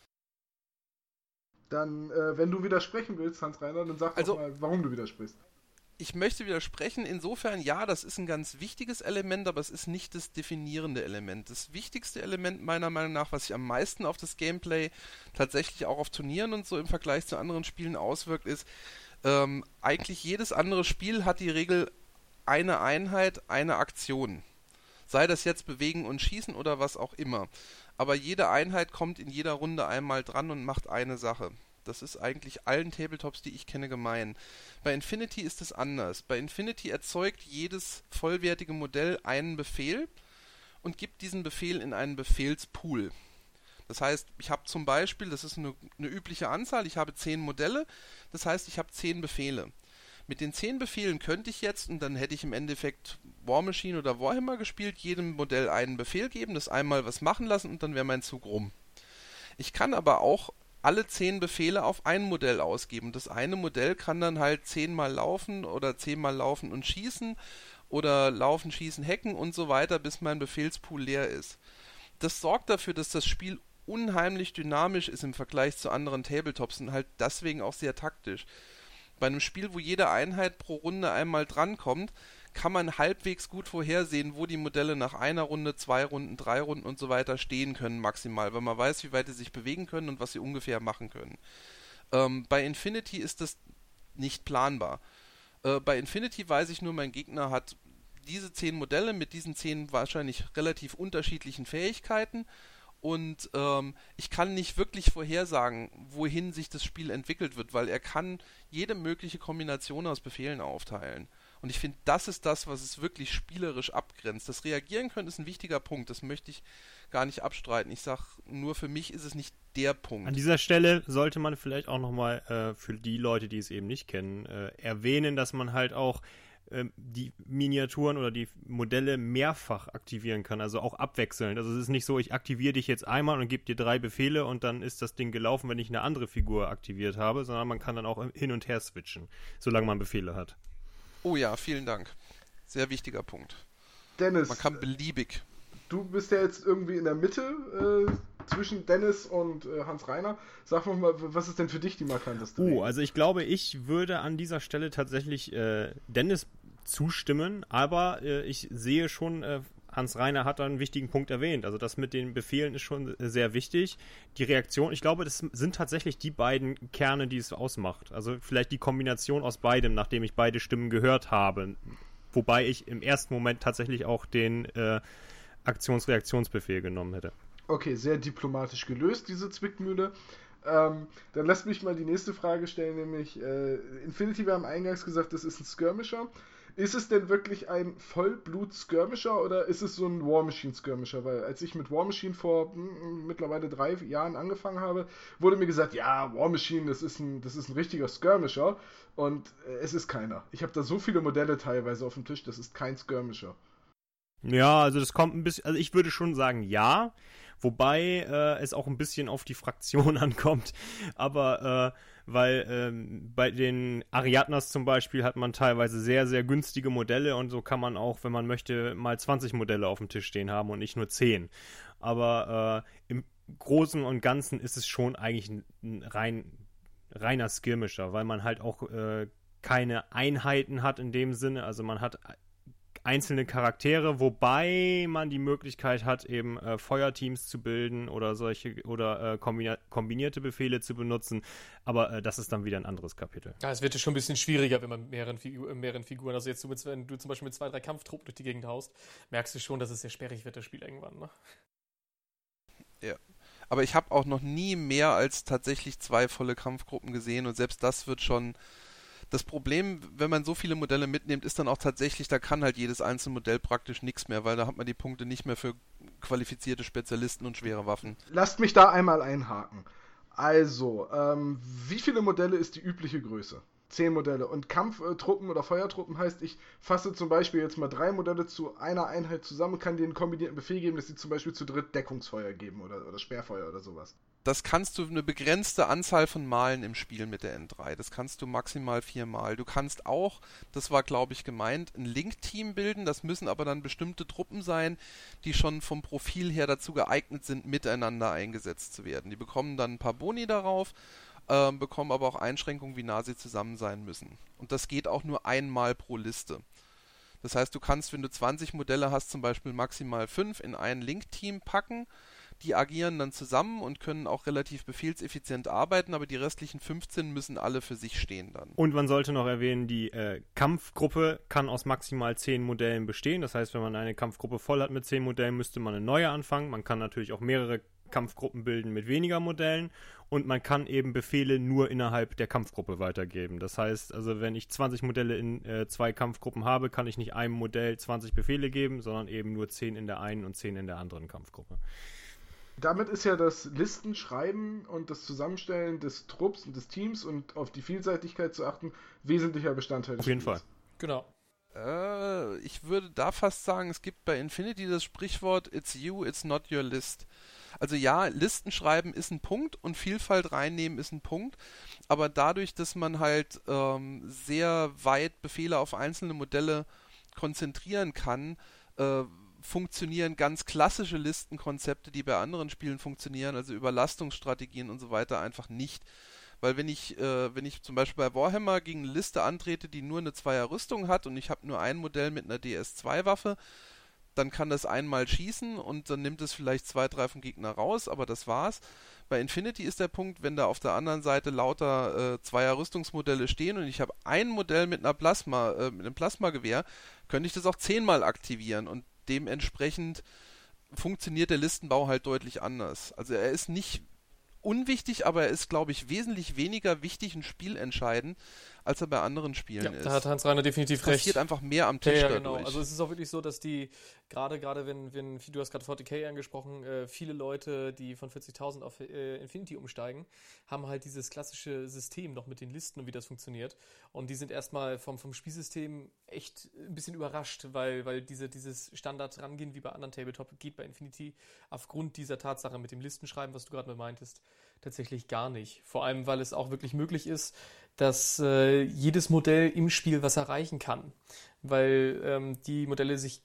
Dann, äh, wenn du widersprechen willst, Hans-Reiner, dann sag also, doch mal, warum du widersprichst. Ich möchte widersprechen, insofern, ja, das ist ein ganz wichtiges Element, aber es ist nicht das definierende Element. Das wichtigste Element meiner Meinung nach, was sich am meisten auf das Gameplay tatsächlich auch auf Turnieren und so im Vergleich zu anderen Spielen auswirkt, ist, ähm, eigentlich jedes andere Spiel hat die Regel eine Einheit, eine Aktion. Sei das jetzt bewegen und schießen oder was auch immer. Aber jede Einheit kommt in jeder Runde einmal dran und macht eine Sache. Das ist eigentlich allen Tabletops, die ich kenne, gemein. Bei Infinity ist es anders. Bei Infinity erzeugt jedes vollwertige Modell einen Befehl und gibt diesen Befehl in einen Befehlspool. Das heißt, ich habe zum Beispiel, das ist eine, eine übliche Anzahl, ich habe zehn Modelle, das heißt, ich habe zehn Befehle. Mit den zehn Befehlen könnte ich jetzt, und dann hätte ich im Endeffekt War Machine oder Warhammer gespielt, jedem Modell einen Befehl geben, das einmal was machen lassen und dann wäre mein Zug rum. Ich kann aber auch alle zehn Befehle auf ein Modell ausgeben. Das eine Modell kann dann halt zehnmal laufen oder zehnmal laufen und schießen oder laufen, schießen, hacken und so weiter, bis mein Befehlspool leer ist. Das sorgt dafür, dass das Spiel unheimlich dynamisch ist im Vergleich zu anderen Tabletops und halt deswegen auch sehr taktisch. Bei einem Spiel, wo jede Einheit pro Runde einmal drankommt, kann man halbwegs gut vorhersehen, wo die Modelle nach einer Runde, zwei Runden, drei Runden und so weiter stehen können maximal, weil man weiß, wie weit sie sich bewegen können und was sie ungefähr machen können. Ähm, bei Infinity ist das nicht planbar. Äh, bei Infinity weiß ich nur, mein Gegner hat diese zehn Modelle mit diesen zehn wahrscheinlich relativ unterschiedlichen Fähigkeiten. Und ähm, ich kann nicht wirklich vorhersagen, wohin sich das Spiel entwickelt wird, weil er kann jede mögliche Kombination aus Befehlen aufteilen. Und ich finde, das ist das, was es wirklich spielerisch abgrenzt. Das Reagieren können ist ein wichtiger Punkt, das möchte ich gar nicht abstreiten. Ich sage, nur für mich ist es nicht der Punkt. An dieser Stelle sollte man vielleicht auch nochmal äh, für die Leute, die es eben nicht kennen, äh, erwähnen, dass man halt auch die Miniaturen oder die Modelle mehrfach aktivieren kann, also auch abwechselnd. Also es ist nicht so, ich aktiviere dich jetzt einmal und gebe dir drei Befehle und dann ist das Ding gelaufen, wenn ich eine andere Figur aktiviert habe, sondern man kann dann auch hin und her switchen, solange man Befehle hat. Oh ja, vielen Dank. Sehr wichtiger Punkt. Dennis, man kann beliebig. Du bist ja jetzt irgendwie in der Mitte äh, zwischen Dennis und äh, Hans-Reiner. Sag mal, was ist denn für dich die markanteste Regel? Oh, also ich glaube, ich würde an dieser Stelle tatsächlich äh, Dennis zustimmen, aber äh, ich sehe schon, äh, Hans-Reiner hat da einen wichtigen Punkt erwähnt. Also das mit den Befehlen ist schon sehr wichtig. Die Reaktion, ich glaube, das sind tatsächlich die beiden Kerne, die es ausmacht. Also vielleicht die Kombination aus beidem, nachdem ich beide Stimmen gehört habe. Wobei ich im ersten Moment tatsächlich auch den äh, Aktions-Reaktionsbefehl genommen hätte. Okay, sehr diplomatisch gelöst, diese Zwickmühle. Ähm, dann lasst mich mal die nächste Frage stellen, nämlich äh, Infinity, wir haben eingangs gesagt, das ist ein Skirmisher. Ist es denn wirklich ein Vollblut-Skirmisher oder ist es so ein War Machine-Skirmisher? Weil als ich mit War Machine vor m, mittlerweile drei Jahren angefangen habe, wurde mir gesagt, ja, War Machine, das ist ein, das ist ein richtiger Skirmisher und äh, es ist keiner. Ich habe da so viele Modelle teilweise auf dem Tisch, das ist kein Skirmisher. Ja, also das kommt ein bisschen, also ich würde schon sagen ja, wobei äh, es auch ein bisschen auf die Fraktion ankommt, aber äh, weil ähm, bei den Ariadnas zum Beispiel hat man teilweise sehr, sehr günstige Modelle und so kann man auch, wenn man möchte, mal zwanzig Modelle auf dem Tisch stehen haben und nicht nur zehn. Aber äh, im Großen und Ganzen ist es schon eigentlich ein, ein rein, reiner Skirmisher, weil man halt auch äh, keine Einheiten hat in dem Sinne, also man hat einzelne Charaktere, wobei man die Möglichkeit hat, eben äh, Feuerteams zu bilden oder solche oder äh, kombina- kombinierte Befehle zu benutzen. Aber äh, das ist dann wieder ein anderes Kapitel. Ja, es wird ja schon ein bisschen schwieriger, wenn man mit mehreren, Figu- äh, mehreren Figuren, also jetzt, mit, wenn du zum Beispiel mit zwei, drei Kampftruppen durch die Gegend haust, merkst du schon, dass es sehr sperrig wird, das Spiel irgendwann, ne? Ja. Aber ich habe auch noch nie mehr als tatsächlich zwei volle Kampfgruppen gesehen und selbst das wird schon. Das Problem, wenn man so viele Modelle mitnimmt, ist dann auch tatsächlich, da kann halt jedes einzelne Modell praktisch nichts mehr, weil da hat man die Punkte nicht mehr für qualifizierte Spezialisten und schwere Waffen. Lasst mich da einmal einhaken. Also, ähm, wie viele Modelle ist die übliche Größe? Zehn Modelle. Und Kampftruppen oder Feuertruppen heißt, ich fasse zum Beispiel jetzt mal drei Modelle zu einer Einheit zusammen und kann denen einen kombinierten Befehl geben, dass sie zum Beispiel zu dritt Deckungsfeuer geben oder, oder Sperrfeuer oder sowas. Das kannst du eine begrenzte Anzahl von Malen im Spiel mit der N drei. Das kannst du maximal viermal. Du kannst auch, das war glaube ich gemeint, ein Link-Team bilden. Das müssen aber dann bestimmte Truppen sein, die schon vom Profil her dazu geeignet sind, miteinander eingesetzt zu werden. Die bekommen dann ein paar Boni darauf, äh, bekommen aber auch Einschränkungen, wie nah sie zusammen sein müssen. Und das geht auch nur einmal pro Liste. Das heißt, du kannst, wenn du zwanzig Modelle hast, zum Beispiel maximal fünf in ein Link-Team packen. Die agieren dann zusammen und können auch relativ befehlseffizient arbeiten, aber die restlichen fünfzehn müssen alle für sich stehen dann. Und man sollte noch erwähnen, die äh, Kampfgruppe kann aus maximal zehn Modellen bestehen. Das heißt, wenn man eine Kampfgruppe voll hat mit zehn Modellen, müsste man eine neue anfangen. Man kann natürlich auch mehrere Kampfgruppen bilden mit weniger Modellen und man kann eben Befehle nur innerhalb der Kampfgruppe weitergeben. Das heißt, also wenn ich zwanzig Modelle in äh, zwei Kampfgruppen habe, kann ich nicht einem Modell zwanzig Befehle geben, sondern eben nur zehn in der einen und zehn in der anderen Kampfgruppe. Damit ist ja das Listenschreiben und das Zusammenstellen des Trupps und des Teams und auf die Vielseitigkeit zu achten wesentlicher Bestandteil des Auf jeden Spiels. Fall. Genau. Äh, ich würde da fast sagen, es gibt bei Infinity das Sprichwort It's you, it's not your list. Also ja, Listen schreiben ist ein Punkt und Vielfalt reinnehmen ist ein Punkt, aber dadurch, dass man halt ähm, sehr weit Befehle auf einzelne Modelle konzentrieren kann, äh, funktionieren ganz klassische Listenkonzepte, die bei anderen Spielen funktionieren, also Überlastungsstrategien und so weiter, einfach nicht. Weil wenn ich, äh, wenn ich zum Beispiel bei Warhammer gegen eine Liste antrete, die nur eine Zweier-Rüstung hat und ich habe nur ein Modell mit einer D S zwei Waffe, dann kann das einmal schießen und dann nimmt es vielleicht zwei, drei vom Gegner raus, aber das war's. Bei Infinity ist der Punkt, wenn da auf der anderen Seite lauter äh, Zweier-Rüstungsmodelle stehen und ich habe ein Modell mit einer Plasma, äh, mit einem Plasmagewehr, könnte ich das auch zehnmal aktivieren und dementsprechend funktioniert der Listenbau halt deutlich anders. Also er ist nicht unwichtig, aber er ist, glaube ich, wesentlich weniger wichtig und spielentscheidend, als er bei anderen Spielen Ja, ist. da hat Hans Reiner definitiv es recht. passiert einfach mehr am Tisch Ja, ja, dadurch. genau. Also es ist auch wirklich so, dass die, gerade gerade wenn, wenn du hast gerade vierzig K angesprochen, äh, viele Leute, die von vierzigtausend auf äh, Infinity umsteigen, haben halt dieses klassische System noch mit den Listen und wie das funktioniert. Und die sind erstmal vom, vom Spielsystem echt ein bisschen überrascht, weil, weil diese, dieses Standard-Rangehen wie bei anderen Tabletop geht bei Infinity aufgrund dieser Tatsache mit dem Listenschreiben, was du gerade mal meintest, tatsächlich gar nicht. Vor allem, weil es auch wirklich möglich ist, dass äh, jedes Modell im Spiel was erreichen kann. Weil ähm, die Modelle sich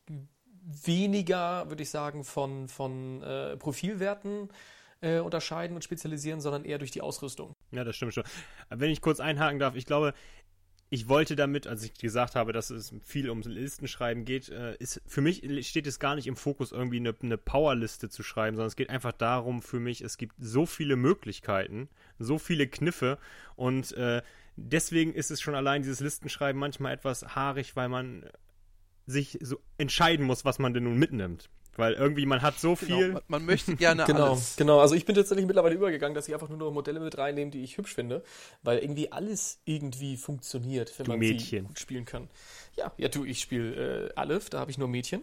weniger, würde ich sagen, von, von äh, Profilwerten äh, unterscheiden und spezialisieren, sondern eher durch die Ausrüstung. Ja, das stimmt schon. Wenn ich kurz einhaken darf, ich glaube, ich wollte damit, als ich gesagt habe, dass es viel ums Listenschreiben geht, äh, ist, für mich steht es gar nicht im Fokus, irgendwie eine, eine Powerliste zu schreiben, sondern es geht einfach darum für mich, es gibt so viele Möglichkeiten, so viele Kniffe und äh, deswegen ist es schon allein dieses Listenschreiben manchmal etwas haarig, weil man sich so entscheiden muss, was man denn nun mitnimmt. Weil irgendwie man hat so viel... Genau, man, man möchte gerne genau, alles. Genau, also ich bin tatsächlich mittlerweile übergegangen, dass ich einfach nur noch Modelle mit reinnehme, die ich hübsch finde, weil irgendwie alles irgendwie funktioniert, wenn du man Mädchen. sie gut spielen kann. Ja, ja du, ich spiele äh, Aleph, da habe ich nur Mädchen.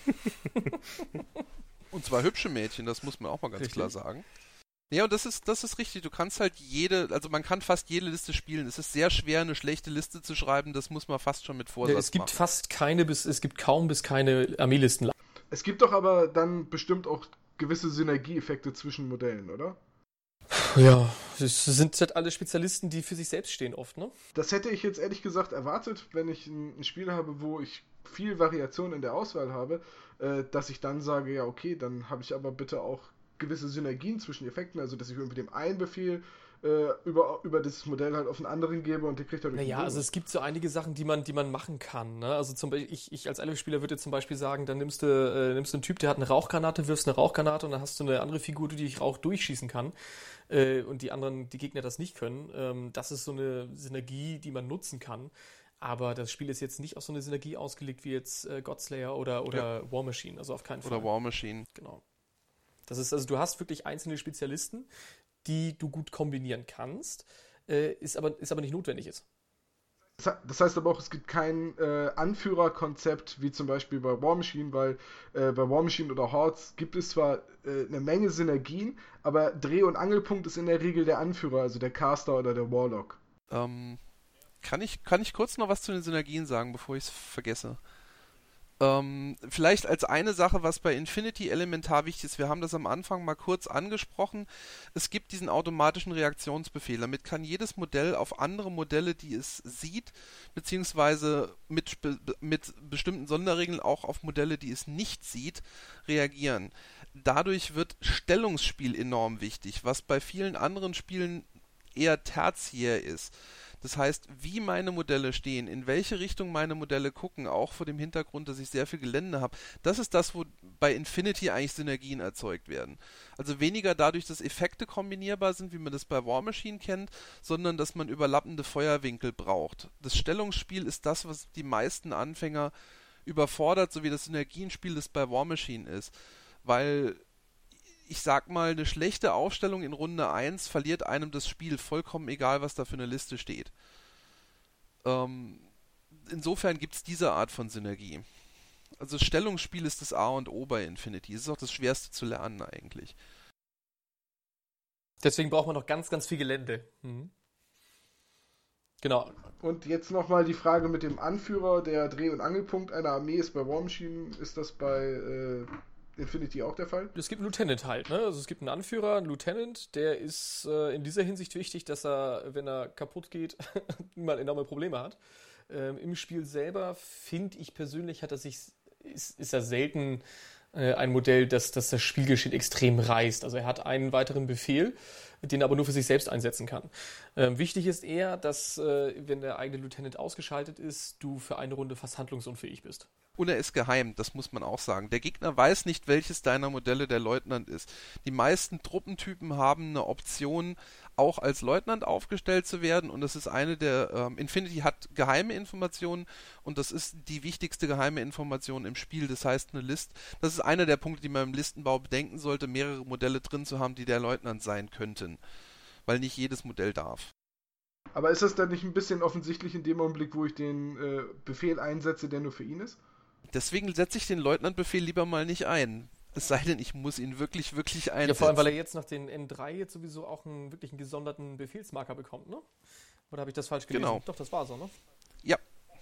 Und zwar hübsche Mädchen, das muss man auch mal ganz Richtig. klar sagen. Ja, und das ist, das ist richtig. Du kannst halt jede, also man kann fast jede Liste spielen. Es ist sehr schwer, eine schlechte Liste zu schreiben. Das muss man fast schon mit Vorsatz Es gibt machen. fast keine, bis es gibt kaum bis keine Armeelisten. Es gibt doch aber dann bestimmt auch gewisse Synergieeffekte zwischen Modellen, oder? Ja, das sind halt alle Spezialisten, die für sich selbst stehen oft, ne? Das hätte ich jetzt ehrlich gesagt erwartet, wenn ich ein, ein Spiel habe, wo ich viel Variation in der Auswahl habe, äh, dass ich dann sage, ja okay, dann habe ich aber bitte auch gewisse Synergien zwischen Effekten, also dass ich irgendwie dem einen Befehl äh, über, über das Modell halt auf einen anderen gebe und der kriegt halt Naja, also es gibt so einige Sachen, die man, die man machen kann. Ne? Also zum Beispiel, ich, ich als Spieler würde zum Beispiel sagen, dann nimmst du, äh, nimmst du einen Typ, der hat eine Rauchgranate, wirfst eine Rauchgranate und dann hast du eine andere Figur, die dich Rauch durchschießen kann äh, und die anderen, die Gegner das nicht können. Ähm, das ist so eine Synergie, die man nutzen kann. Aber das Spiel ist jetzt nicht auf so eine Synergie ausgelegt wie jetzt äh, Godslayer oder, oder ja. War Machine, also auf keinen Fall. Oder War Machine. Genau. Das ist, also du hast wirklich einzelne Spezialisten, die du gut kombinieren kannst, äh, ist, aber, ist aber nicht notwendig ist. Das heißt aber auch, es gibt kein äh, Anführerkonzept, wie zum Beispiel bei War Machine, weil äh, bei War Machine oder Hordes gibt es zwar äh, eine Menge Synergien, aber Dreh- und Angelpunkt ist in der Regel der Anführer, also der Caster oder der Warlock. Ähm, kann ich, kann ich kurz noch was zu den Synergien sagen, bevor ich es vergesse? Ähm, vielleicht als eine Sache, was bei Infinity elementar wichtig ist, wir haben das am Anfang mal kurz angesprochen, es gibt diesen automatischen Reaktionsbefehl, damit kann jedes Modell auf andere Modelle, die es sieht, beziehungsweise mit, mit bestimmten Sonderregeln auch auf Modelle, die es nicht sieht, reagieren. Dadurch wird Stellungsspiel enorm wichtig, was bei vielen anderen Spielen eher tertiär ist. Das heißt, wie meine Modelle stehen, in welche Richtung meine Modelle gucken, auch vor dem Hintergrund, dass ich sehr viel Gelände habe, das ist das, wo bei Infinity eigentlich Synergien erzeugt werden. Also weniger dadurch, dass Effekte kombinierbar sind, wie man das bei War Machine kennt, sondern dass man überlappende Feuerwinkel braucht. Das Stellungsspiel ist das, was die meisten Anfänger überfordert, so wie das Synergienspiel, das bei War Machine ist. Weil ich sag mal, eine schlechte Aufstellung in Runde eins verliert einem das Spiel, vollkommen egal, was da für eine Liste steht. Ähm, insofern gibt es diese Art von Synergie. Also das Stellungsspiel ist das A und O bei Infinity. Es ist auch das Schwerste zu lernen eigentlich. Deswegen braucht man noch ganz, ganz viel Gelände. Mhm. Genau. Und jetzt nochmal die Frage mit dem Anführer, der Dreh- und Angelpunkt einer Armee ist bei War Machine, ist das bei äh Infinity auch der Fall? Es gibt einen Lieutenant halt, ne? Also es gibt einen Anführer, einen Lieutenant, der ist äh, in dieser Hinsicht wichtig, dass er, wenn er kaputt geht, mal enorme Probleme hat. Ähm, Im Spiel selber, finde ich persönlich, hat er sich, ist, ist er selten äh, ein Modell, das, das das Spielgeschehen extrem reißt. Also er hat einen weiteren Befehl, den er aber nur für sich selbst einsetzen kann. Ähm, wichtig ist eher, dass, äh, wenn der eigene Lieutenant ausgeschaltet ist, du für eine Runde fast handlungsunfähig bist. Und er ist geheim, das muss man auch sagen. Der Gegner weiß nicht, welches deiner Modelle der Leutnant ist. Die meisten Truppentypen haben eine Option, auch als Leutnant aufgestellt zu werden, und das ist eine der, ähm, Infinity hat geheime Informationen, und das ist die wichtigste geheime Information im Spiel, das heißt eine List. Das ist einer der Punkte, die man im Listenbau bedenken sollte, mehrere Modelle drin zu haben, die der Leutnant sein könnten, weil nicht jedes Modell darf. Aber ist das dann nicht ein bisschen offensichtlich in dem Augenblick, wo ich den äh, Befehl einsetze, der nur für ihn ist? Deswegen setze ich den Leutnantbefehl lieber mal nicht ein. Es sei denn, ich muss ihn wirklich, wirklich einsetzen. Ja, vor allem, weil er jetzt nach den N drei jetzt sowieso auch einen wirklich einen gesonderten Befehlsmarker bekommt, ne? Oder habe ich das falsch gelesen? Genau. Doch, das war so, ne? Ja.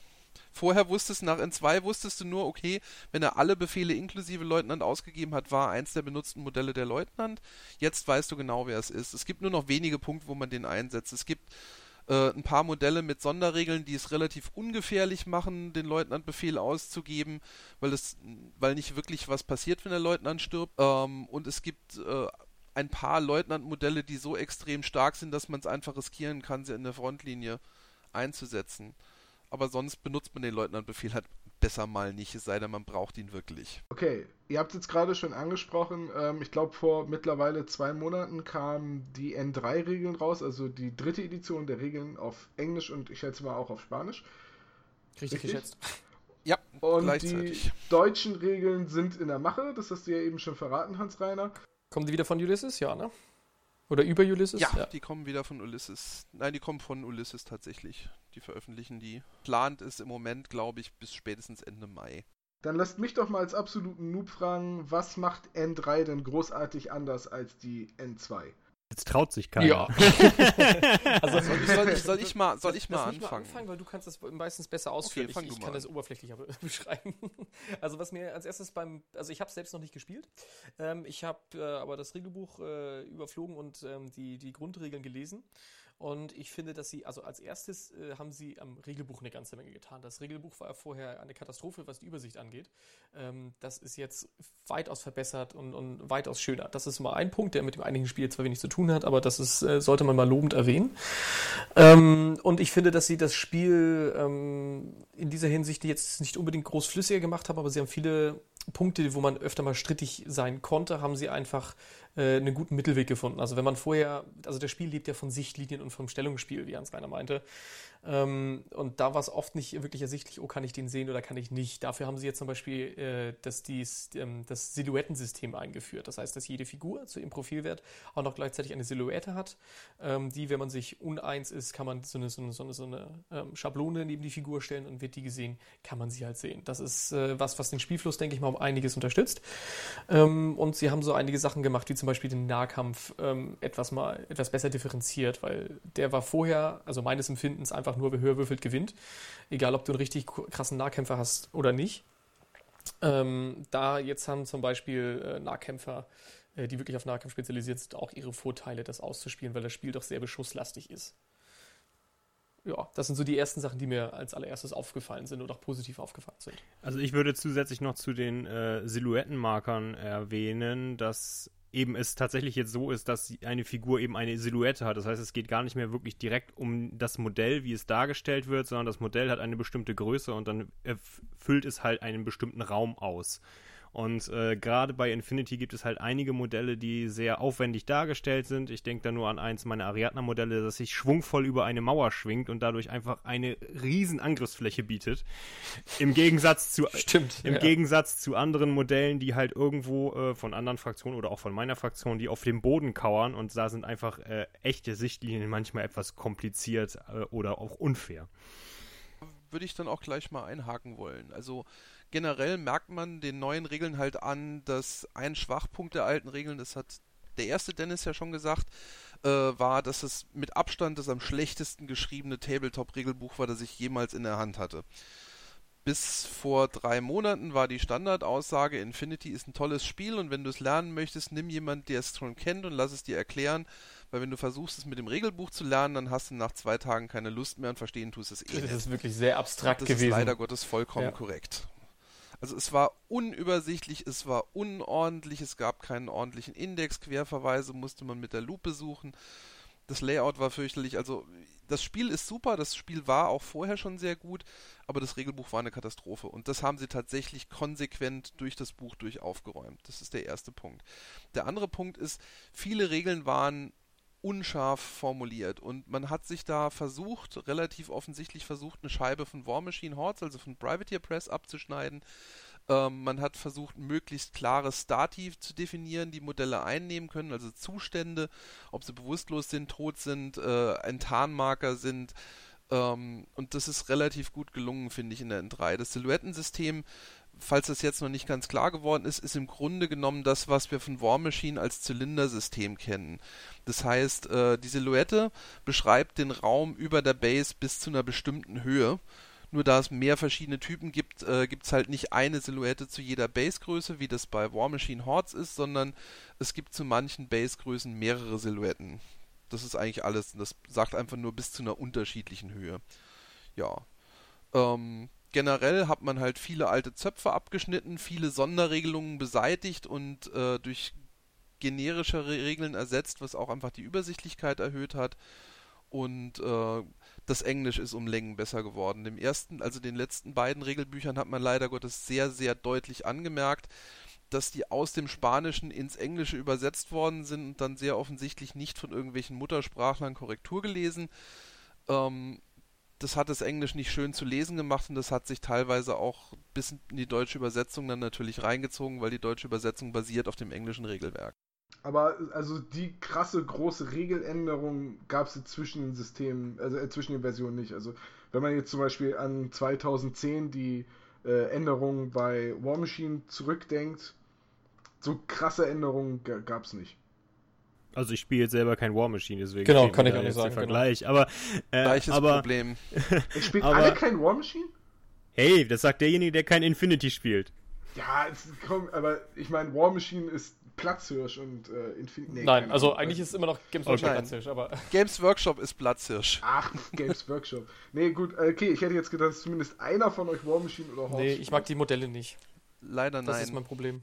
Vorher wusstest du, nach N zwei wusstest du nur, okay, wenn er alle Befehle inklusive Leutnant ausgegeben hat, war eins der benutzten Modelle der Leutnant. Jetzt weißt du genau, wer es ist. Es gibt nur noch wenige Punkte, wo man den einsetzt. Es gibt äh, ein paar Modelle mit Sonderregeln, die es relativ ungefährlich machen, den Leutnantbefehl auszugeben, weil es, weil nicht wirklich was passiert, wenn der Leutnant stirbt. Ähm, und es gibt äh, ein paar Leutnant-Modelle, die so extrem stark sind, dass man es einfach riskieren kann, sie in der Frontlinie einzusetzen. Aber sonst benutzt man den Leutnantbefehl halt besser mal nicht, es sei denn, man braucht ihn wirklich. Okay, ihr habt es jetzt gerade schon angesprochen, ähm, ich glaube vor mittlerweile zwei Monaten kamen die N drei Regeln raus, also die dritte Edition der Regeln auf Englisch und ich schätze mal auch auf Spanisch. Richtig, Richtig? geschätzt. Ja, und gleichzeitig. Die deutschen Regeln sind in der Mache, das hast du ja eben schon verraten, Hans-Reiner. Kommen die wieder von Ulysses? Ja, ne? Oder über Ulysses? Ja, ja, die kommen wieder von Ulysses. Nein, die kommen von Ulysses tatsächlich. Die veröffentlichen die. Plant ist im Moment, glaube ich, bis spätestens Ende Mai. Dann lasst mich doch mal als absoluten Noob fragen, was macht N drei denn großartig anders als die N zwei? Jetzt traut sich keiner. Ja. Also soll ich, soll ich, soll ich mal, soll ich mal Lass mich anfangen? mal anfangen, weil du kannst das meistens besser ausführen. Okay, fang ich du ich mal kann an. das oberflächlicher be- beschreiben. Also was mir als erstes beim, also ich habe es selbst noch nicht gespielt. Ähm, ich habe äh, aber das Regelbuch äh, überflogen und ähm, die, die Grundregeln gelesen. Und ich finde, dass sie, also als erstes äh, haben sie am Regelbuch eine ganze Menge getan. Das Regelbuch war ja vorher eine Katastrophe, was die Übersicht angeht. Ähm, das ist jetzt weitaus verbessert und, und weitaus schöner. Das ist mal ein Punkt, der mit dem eigentlichen Spiel zwar wenig zu tun hat, aber das ist, äh, sollte man mal lobend erwähnen. Ähm, und ich finde, dass sie das Spiel ähm, in dieser Hinsicht jetzt nicht unbedingt groß flüssiger gemacht haben, aber sie haben viele Punkte, wo man öfter mal strittig sein konnte, haben sie einfach äh, einen guten Mittelweg gefunden. Also wenn man vorher, also das Spiel lebt ja von Sichtlinien und vom Stellungsspiel, wie Hans Reiner meinte. Ähm, und da war es oft nicht wirklich ersichtlich, oh, kann ich den sehen oder kann ich nicht. Dafür haben sie jetzt zum Beispiel äh, das, dies, ähm, das Silhouettensystem eingeführt. Das heißt, dass jede Figur zu ihrem Profilwert auch noch gleichzeitig eine Silhouette hat, ähm, die, wenn man sich uneins ist, kann man so eine, so eine, so eine, so eine ähm, Schablone neben die Figur stellen und wird die gesehen, kann man sie halt sehen. Das ist äh, was, was den Spielfluss, denke ich mal, um einiges unterstützt. Ähm, und sie haben so einige Sachen gemacht, wie zum Beispiel den Nahkampf ähm, etwas mal etwas besser differenziert, weil der war vorher, also meines Empfindens, einfach nur, wer höher würfelt, gewinnt. Egal, ob du einen richtig krassen Nahkämpfer hast oder nicht. Ähm, da jetzt haben zum Beispiel äh, Nahkämpfer, äh, die wirklich auf Nahkampf spezialisiert sind, auch ihre Vorteile, das auszuspielen, weil das Spiel doch sehr beschusslastig ist. Ja, das sind so die ersten Sachen, die mir als allererstes aufgefallen sind oder auch positiv aufgefallen sind. Also ich würde zusätzlich noch zu den äh, Silhouettenmarkern erwähnen, dass eben es tatsächlich jetzt so ist, dass eine Figur eben eine Silhouette hat. Das heißt, es geht gar nicht mehr wirklich direkt um das Modell, wie es dargestellt wird, sondern das Modell hat eine bestimmte Größe und dann füllt es halt einen bestimmten Raum aus. Und äh, gerade bei Infinity gibt es halt einige Modelle, die sehr aufwendig dargestellt sind. Ich denke da nur an eins meiner Ariadna-Modelle, das sich schwungvoll über eine Mauer schwingt und dadurch einfach eine riesen Angriffsfläche bietet. Im Gegensatz zu, Stimmt, im ja. Gegensatz zu anderen Modellen, die halt irgendwo äh, von anderen Fraktionen oder auch von meiner Fraktion, die auf dem Boden kauern und da sind einfach äh, echte Sichtlinien manchmal etwas kompliziert äh, oder auch unfair. Würde ich dann auch gleich mal einhaken wollen. Also generell merkt man den neuen Regeln halt an, dass ein Schwachpunkt der alten Regeln, das hat der erste Dennis ja schon gesagt, äh, war, dass es mit Abstand das am schlechtesten geschriebene Tabletop-Regelbuch war, das ich jemals in der Hand hatte. Bis vor drei Monaten war die Standardaussage, Infinity ist ein tolles Spiel und wenn du es lernen möchtest, nimm jemanden, der es schon kennt und lass es dir erklären, weil wenn du versuchst, es mit dem Regelbuch zu lernen, dann hast du nach zwei Tagen keine Lust mehr und verstehen tust es eh Das nicht. ist wirklich sehr abstrakt das gewesen. ist leider Gottes vollkommen Ja. korrekt. Also es war unübersichtlich, es war unordentlich, es gab keinen ordentlichen Index, Querverweise musste man mit der Lupe suchen. Das Layout war fürchterlich, also das Spiel ist super, das Spiel war auch vorher schon sehr gut, aber das Regelbuch war eine Katastrophe und das haben sie tatsächlich konsequent durch das Buch durch aufgeräumt. Das ist der erste Punkt. Der andere Punkt ist, viele Regeln waren unscharf formuliert und man hat sich da versucht, relativ offensichtlich versucht, eine Scheibe von War Machine Hordes, also von Privateer Press abzuschneiden. Ähm, man hat versucht, möglichst klare Stati zu definieren, die Modelle einnehmen können, also Zustände, ob sie bewusstlos sind, tot sind, äh, ein Tarnmarker sind. Ähm, und das ist relativ gut gelungen, finde ich, in der N drei. Das Silhouettensystem, falls das jetzt noch nicht ganz klar geworden ist, ist im Grunde genommen das, was wir von War Machine als Zylindersystem kennen. Das heißt, äh, die Silhouette beschreibt den Raum über der Base bis zu einer bestimmten Höhe. Nur da es mehr verschiedene Typen gibt, äh, gibt es halt nicht eine Silhouette zu jeder Basegröße, wie das bei War Machine Hordes ist, sondern es gibt zu manchen Basegrößen mehrere Silhouetten. Das ist eigentlich alles. Das sagt einfach nur bis zu einer unterschiedlichen Höhe. Ja. Ähm, generell hat man halt viele alte Zöpfe abgeschnitten, viele Sonderregelungen beseitigt und äh, durch generischere Regeln ersetzt, was auch einfach die Übersichtlichkeit erhöht hat. Und äh, das Englisch ist um Längen besser geworden. Dem ersten, also den letzten beiden Regelbüchern hat man leider Gottes sehr, sehr deutlich angemerkt, dass die aus dem Spanischen ins Englische übersetzt worden sind und dann sehr offensichtlich nicht von irgendwelchen Muttersprachlern Korrektur gelesen. Ähm, das hat das Englisch nicht schön zu lesen gemacht und das hat sich teilweise auch bis in die deutsche Übersetzung dann natürlich reingezogen, weil die deutsche Übersetzung basiert auf dem englischen Regelwerk. Aber also die krasse große Regeländerung gab es zwischen den Systemen, also äh, zwischen den Versionen nicht. Also wenn man jetzt zum Beispiel an zweitausendzehn die äh, Änderungen bei War Machine zurückdenkt, so krasse Änderungen g- gab es nicht. Also ich spiele jetzt selber kein War Machine, deswegen Genau, fehlt kann mir ich da auch nicht jetzt der sagen, Vergleich. Genau. Aber, äh, Gleiches aber Problem. Ich spiele Aber- alle kein War Machine? hey, das sagt derjenige, der kein Infinity spielt. Ja, es, komm, aber ich meine, War Machine ist Platzhirsch und äh, Infinity. Nee, Nein, keine also Ahnung. eigentlich ist es immer noch Games Okay. Workshop Nein. Platzhirsch, aber Games Workshop ist Platzhirsch. Ach, Games Workshop. Nee, gut, okay, ich hätte jetzt gedacht, dass zumindest einer von euch War Machine oder Horse nee, ich mag die Modelle nicht. Leider Das nein. ist mein Problem.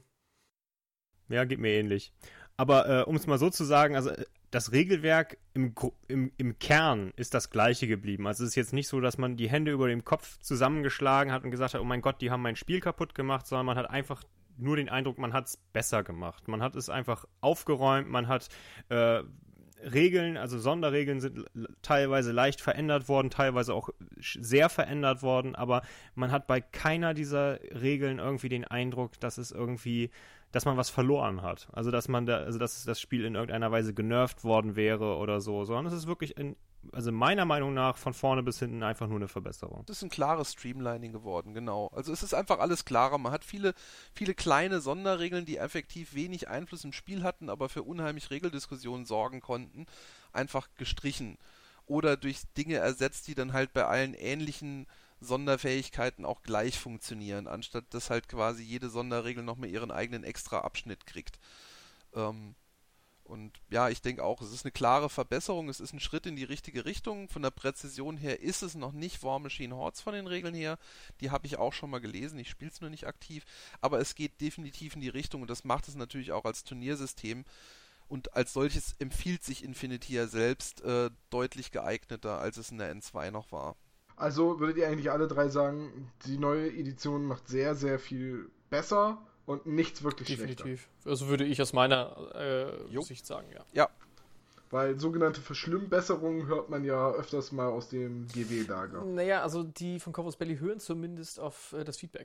Ja, geht mir ähnlich. Aber äh, um es mal so zu sagen, also äh, das Regelwerk im, Gru- im, im Kern ist das gleiche geblieben. Also es ist jetzt nicht so, dass man die Hände über dem Kopf zusammengeschlagen hat und gesagt hat, oh mein Gott, die haben mein Spiel kaputt gemacht, sondern man hat einfach nur den Eindruck, man hat es besser gemacht. Man hat es einfach aufgeräumt, man hat äh, Regeln, also Sonderregeln sind l- teilweise leicht verändert worden, teilweise auch sch- sehr verändert worden, aber man hat bei keiner dieser Regeln irgendwie den Eindruck, dass es irgendwie, dass man was verloren hat. Also dass man da, also dass das Spiel in irgendeiner Weise genervt worden wäre oder so, sondern es ist wirklich in, also meiner Meinung nach von vorne bis hinten einfach nur eine Verbesserung. Es ist ein klares Streamlining geworden, genau. Also es ist einfach alles klarer. Man hat viele, viele kleine Sonderregeln, die effektiv wenig Einfluss im Spiel hatten, aber für unheimlich Regeldiskussionen sorgen konnten, einfach gestrichen. Oder durch Dinge ersetzt, die dann halt bei allen ähnlichen Sonderfähigkeiten auch gleich funktionieren, anstatt dass halt quasi jede Sonderregel nochmal ihren eigenen extra Abschnitt kriegt. Ähm, Und ja, ich denke auch, es ist eine klare Verbesserung, es ist ein Schritt in die richtige Richtung. Von der Präzision her ist es noch nicht War Machine Hordes von den Regeln her. Die habe ich auch schon mal gelesen, ich spiele es nur nicht aktiv. Aber es geht definitiv in die Richtung und das macht es natürlich auch als Turniersystem. Und als solches empfiehlt sich Infinity ja selbst äh, deutlich geeigneter, als es in der N zwei noch war. Also würdet ihr eigentlich alle drei sagen, die neue Edition macht sehr, sehr viel besser und nichts wirklich schlechter. Definitiv. Also würde ich aus meiner äh, Jo. Sicht sagen, ja. Ja, Weil sogenannte Verschlimmbesserungen hört man ja öfters mal aus dem G W-Lager. Naja, also die von Corvus Belli hören zumindest auf äh, das Feedback.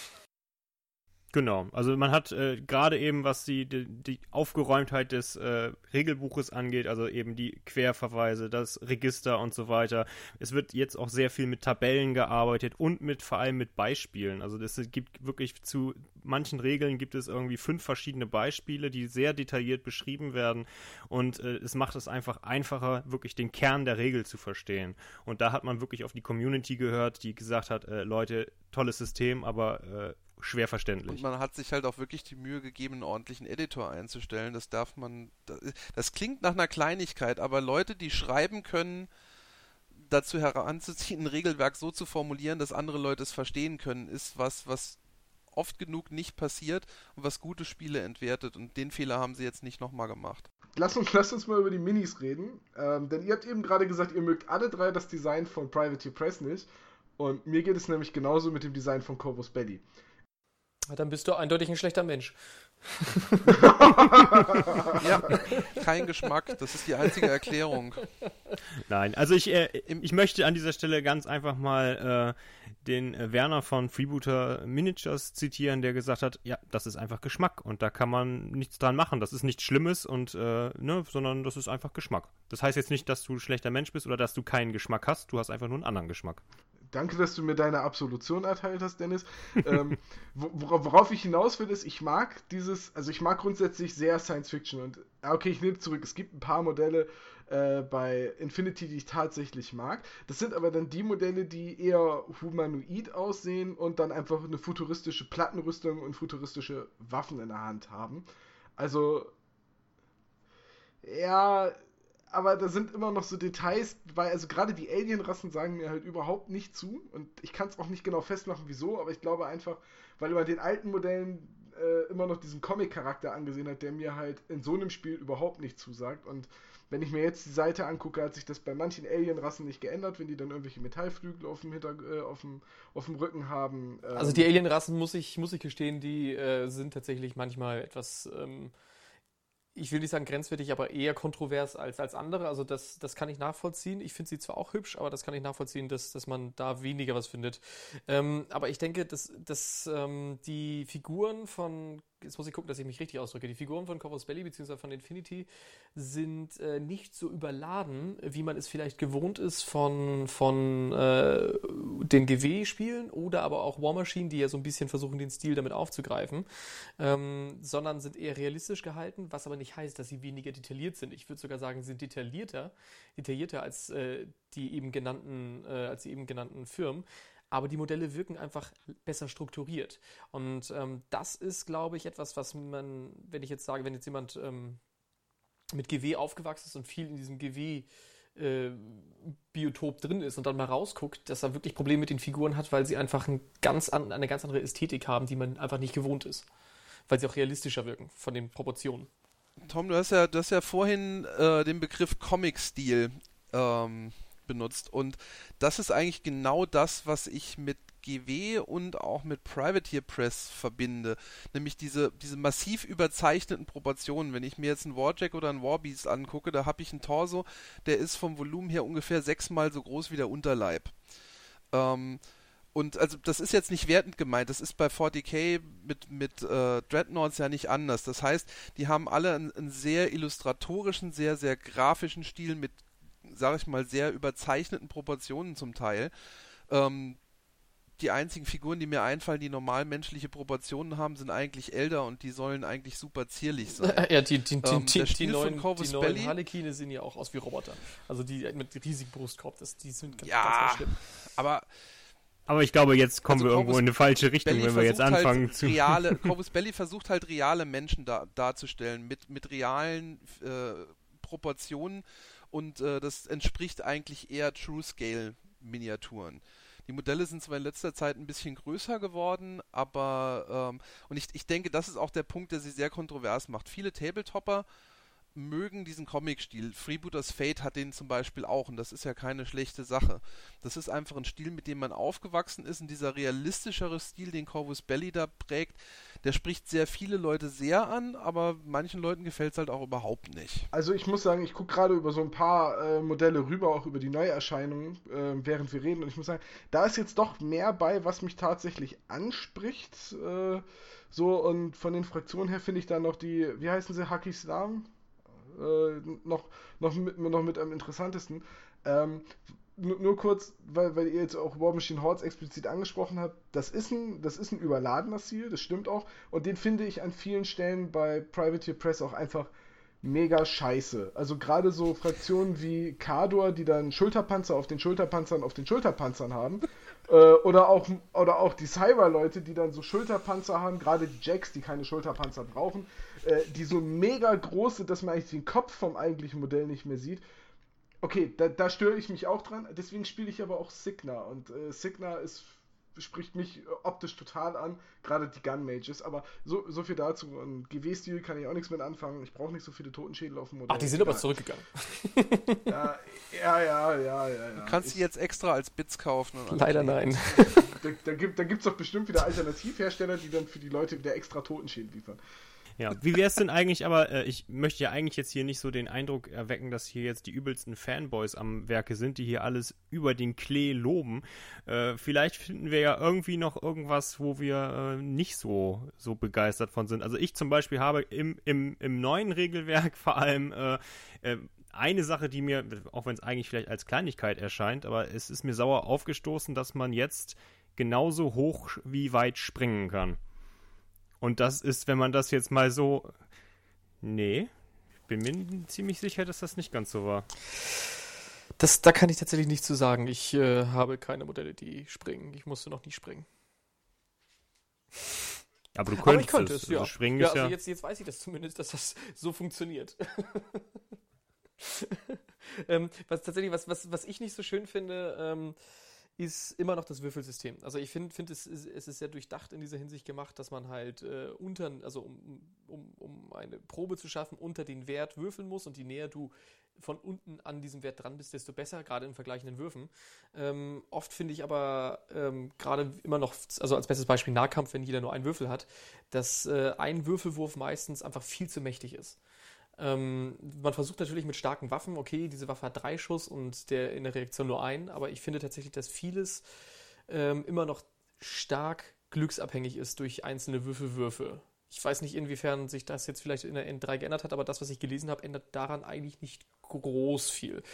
Genau, also man hat äh, gerade eben, was die, die, die Aufgeräumtheit des äh, Regelbuches angeht, also eben die Querverweise, das Register und so weiter. Es wird jetzt auch sehr viel mit Tabellen gearbeitet und mit vor allem mit Beispielen. Also es gibt wirklich zu manchen Regeln gibt es irgendwie fünf verschiedene Beispiele, die sehr detailliert beschrieben werden und äh, es macht es einfach einfacher, wirklich den Kern der Regel zu verstehen. Und da hat man wirklich auf die Community gehört, die gesagt hat, äh, Leute, tolles System, aber äh, schwer verständlich. und man hat sich halt auch wirklich die Mühe gegeben, einen ordentlichen Editor einzustellen. Das darf man, das, das klingt nach einer Kleinigkeit, aber Leute, die schreiben können, dazu heranzuziehen, ein Regelwerk so zu formulieren, dass andere Leute es verstehen können, ist was, was oft genug nicht passiert und was gute Spiele entwertet. Und den Fehler haben sie jetzt nicht nochmal gemacht. Lass uns, lasst uns mal über die Minis reden. Ähm, denn ihr habt eben gerade gesagt, ihr mögt alle drei das Design von Privateer Press nicht. Und mir geht es nämlich genauso mit dem Design von Corvus Belli. Dann bist du eindeutig ein schlechter Mensch. Ja, kein Geschmack, das ist die einzige Erklärung. Nein, also ich, äh, ich möchte an dieser Stelle ganz einfach mal äh, den äh, Werner von Freebooter Miniatures zitieren, der gesagt hat, ja, das ist einfach Geschmack und da kann man nichts dran machen. Das ist nichts Schlimmes und äh, ne, sondern das ist einfach Geschmack. Das heißt jetzt nicht, dass du ein schlechter Mensch bist oder dass du keinen Geschmack hast, du hast einfach nur einen anderen Geschmack. Danke, dass du mir deine Absolution erteilt hast, Dennis. ähm, wor- worauf ich hinaus will, ist, ich mag dieses, also ich mag grundsätzlich sehr Science Fiction und, okay, ich nehme zurück, es gibt ein paar Modelle äh, bei Infinity, die ich tatsächlich mag. Das sind aber dann die Modelle, die eher humanoid aussehen und dann einfach eine futuristische Plattenrüstung und futuristische Waffen in der Hand haben. Also, ja, aber da sind immer noch so Details, weil also gerade die Alien-Rassen sagen mir halt überhaupt nicht zu und ich kann es auch nicht genau festmachen, wieso, aber ich glaube einfach, weil man den alten Modellen äh, immer noch diesen Comic-Charakter angesehen hat, der mir halt in so einem Spiel überhaupt nicht zusagt und wenn ich mir jetzt die Seite angucke, hat sich das bei manchen Alien-Rassen nicht geändert, wenn die dann irgendwelche Metallflügel auf dem, Hinter äh, auf dem, auf dem Rücken haben. Ähm, Also die Alien-Rassen, muss ich, muss ich gestehen, die äh, sind tatsächlich manchmal etwas, ähm, ich will nicht sagen grenzwertig, aber eher kontrovers als, als andere. Also das, das kann ich nachvollziehen. Ich finde sie zwar auch hübsch, aber das kann ich nachvollziehen, dass, dass man da weniger was findet. Ähm, aber ich denke, dass, dass ähm, die Figuren von jetzt muss ich gucken, dass ich mich richtig ausdrücke. Die Figuren von Corvus Belli bzw. von Infinity sind äh, nicht so überladen, wie man es vielleicht gewohnt ist von, von äh, den G W-Spielen oder aber auch War Machine, die ja so ein bisschen versuchen, den Stil damit aufzugreifen, ähm, sondern sind eher realistisch gehalten, was aber nicht heißt, dass sie weniger detailliert sind. Ich würde sogar sagen, sie sind detaillierter, detaillierter als äh, die eben genannten, äh, als die eben genannten Firmen. Aber die Modelle wirken einfach besser strukturiert. Und ähm, das ist, glaube ich, etwas, was man, wenn ich jetzt sage, wenn jetzt jemand ähm, mit G W aufgewachsen ist und viel in diesem G W-Biotop äh, drin ist und dann mal rausguckt, dass er wirklich Probleme mit den Figuren hat, weil sie einfach ein ganz an, eine ganz andere Ästhetik haben, die man einfach nicht gewohnt ist. Weil sie auch realistischer wirken von den Proportionen. Tom, du hast ja, du hast ja vorhin äh, den Begriff Comic-Stil ähm, benutzt. Und das ist eigentlich genau das, was ich mit G W und auch mit Privateer Press verbinde. Nämlich diese, diese massiv überzeichneten Proportionen. Wenn ich mir jetzt einen Warjack oder einen Warbeast angucke, da habe ich einen Torso, der ist vom Volumen her ungefähr sechsmal so groß wie der Unterleib. Ähm, und also das ist jetzt nicht wertend gemeint, das ist bei vierzig K mit, mit äh, Dreadnoughts ja nicht anders. Das heißt, die haben alle einen, einen sehr illustratorischen, sehr, sehr grafischen Stil mit, sage ich mal, sehr überzeichneten Proportionen zum Teil. Ähm, die einzigen Figuren, die mir einfallen, die normal menschliche Proportionen haben, sind eigentlich Elder und die sollen eigentlich super zierlich sein. Ja, die, die, die, ähm, die, die neuen, Corvus die neuen Belli, Harlekine sehen ja auch aus wie Roboter. Also die mit riesigem Brustkorb, das, die sind ganz, ja, ganz, ganz schlimm. aber Aber ich glaube, jetzt kommen also wir irgendwo Corvus in eine falsche Richtung, Belli wenn wir jetzt anfangen halt zu... Reale, Corvus Belli versucht halt reale Menschen da, darzustellen, mit, mit realen äh, Proportionen und äh, das entspricht eigentlich eher True-Scale-Miniaturen. Die Modelle sind zwar in letzter Zeit ein bisschen größer geworden, aber ähm, und ich, ich denke, das ist auch der Punkt, der sie sehr kontrovers macht. Viele Tabletopper mögen diesen Comic-Stil. Freebooters Fate hat den zum Beispiel auch und das ist ja keine schlechte Sache. Das ist einfach ein Stil, mit dem man aufgewachsen ist und dieser realistischere Stil, den Corvus Belli da prägt, der spricht sehr viele Leute sehr an, aber manchen Leuten gefällt es halt auch überhaupt nicht. Also ich muss sagen, ich gucke gerade über so ein paar äh, Modelle rüber, auch über die Neuerscheinungen, äh, während wir reden und ich muss sagen, da ist jetzt doch mehr bei, was mich tatsächlich anspricht. Äh, so und von den Fraktionen her finde ich da noch die, wie heißen sie, Haki Slam? Äh, noch, noch, mit, noch mit am interessantesten. Ähm, nur, nur kurz, weil, weil ihr jetzt auch War Machine Hordes explizit angesprochen habt, das ist ein, das ist ein überladener Stil, das stimmt auch. Und den finde ich an vielen Stellen bei Privateer Press auch einfach mega scheiße. Also gerade so Fraktionen wie Kador, die dann Schulterpanzer auf den Schulterpanzern auf den Schulterpanzern haben. äh, oder, auch, oder auch die Cyber-Leute, die dann so Schulterpanzer haben, gerade die Jacks, die keine Schulterpanzer brauchen, äh, die so mega groß sind, dass man eigentlich den Kopf vom eigentlichen Modell nicht mehr sieht. Okay, da, da störe ich mich auch dran. Deswegen spiele ich aber auch Signa. Und äh, Signa ist, spricht mich optisch total an. Gerade die Gun Mages. Aber so, so viel dazu. Und G W-Stil kann ich auch nichts mit anfangen. Ich brauche nicht so viele Totenschädel auf dem Modell. Ach, die sind aber zurückgegangen. Ja, ja, ja, ja, ja. Du kannst ich, die jetzt extra als Bits kaufen. Und Leider nein. Da, da gibt es doch bestimmt wieder Alternativhersteller, die dann für die Leute wieder extra Totenschädel liefern. Ja, wie wäre es denn eigentlich, aber äh, ich möchte ja eigentlich jetzt hier nicht so den Eindruck erwecken, dass hier jetzt die übelsten Fanboys am Werke sind, die hier alles über den Klee loben. Äh, vielleicht finden wir ja irgendwie noch irgendwas, wo wir äh, nicht so, so begeistert von sind. Also ich zum Beispiel habe im, im, im neuen Regelwerk vor allem äh, äh, eine Sache, die mir, auch wenn es eigentlich vielleicht als Kleinigkeit erscheint, aber es ist mir sauer aufgestoßen, dass man jetzt genauso hoch wie weit springen kann. Und das ist, wenn man das jetzt mal so... Nee, ich bin mir ziemlich sicher, dass das nicht ganz so war. Das, da kann ich tatsächlich nichts zu sagen. Ich äh, habe keine Modelle, die springen. Ich musste noch nie springen. Aber du könntest Aber ich könnte es, also ja. Springen ja, ist also ja... jetzt, jetzt weiß ich das zumindest, dass das so funktioniert. ähm, was tatsächlich, was, was, was ich nicht so schön finde, ähm, ist immer noch das Würfelsystem. Also ich finde, find es, es ist sehr durchdacht in dieser Hinsicht gemacht, dass man halt äh, unter, also um, um, um eine Probe zu schaffen, unter den Wert würfeln muss und je näher du von unten an diesem Wert dran bist, desto besser, gerade in vergleichenden Würfen. Ähm, oft finde ich aber ähm, gerade immer noch, also als bestes Beispiel Nahkampf, wenn jeder nur einen Würfel hat, dass äh, ein Würfelwurf meistens einfach viel zu mächtig ist. Ähm, man versucht natürlich mit starken Waffen, okay, diese Waffe hat drei Schuss und der in der Reaktion nur einen, aber ich finde tatsächlich, dass vieles ähm, immer noch stark glücksabhängig ist durch einzelne Würfelwürfe. Ich weiß nicht, inwiefern sich das jetzt vielleicht in der N drei geändert hat, aber das, was ich gelesen habe, ändert daran eigentlich nicht groß viel.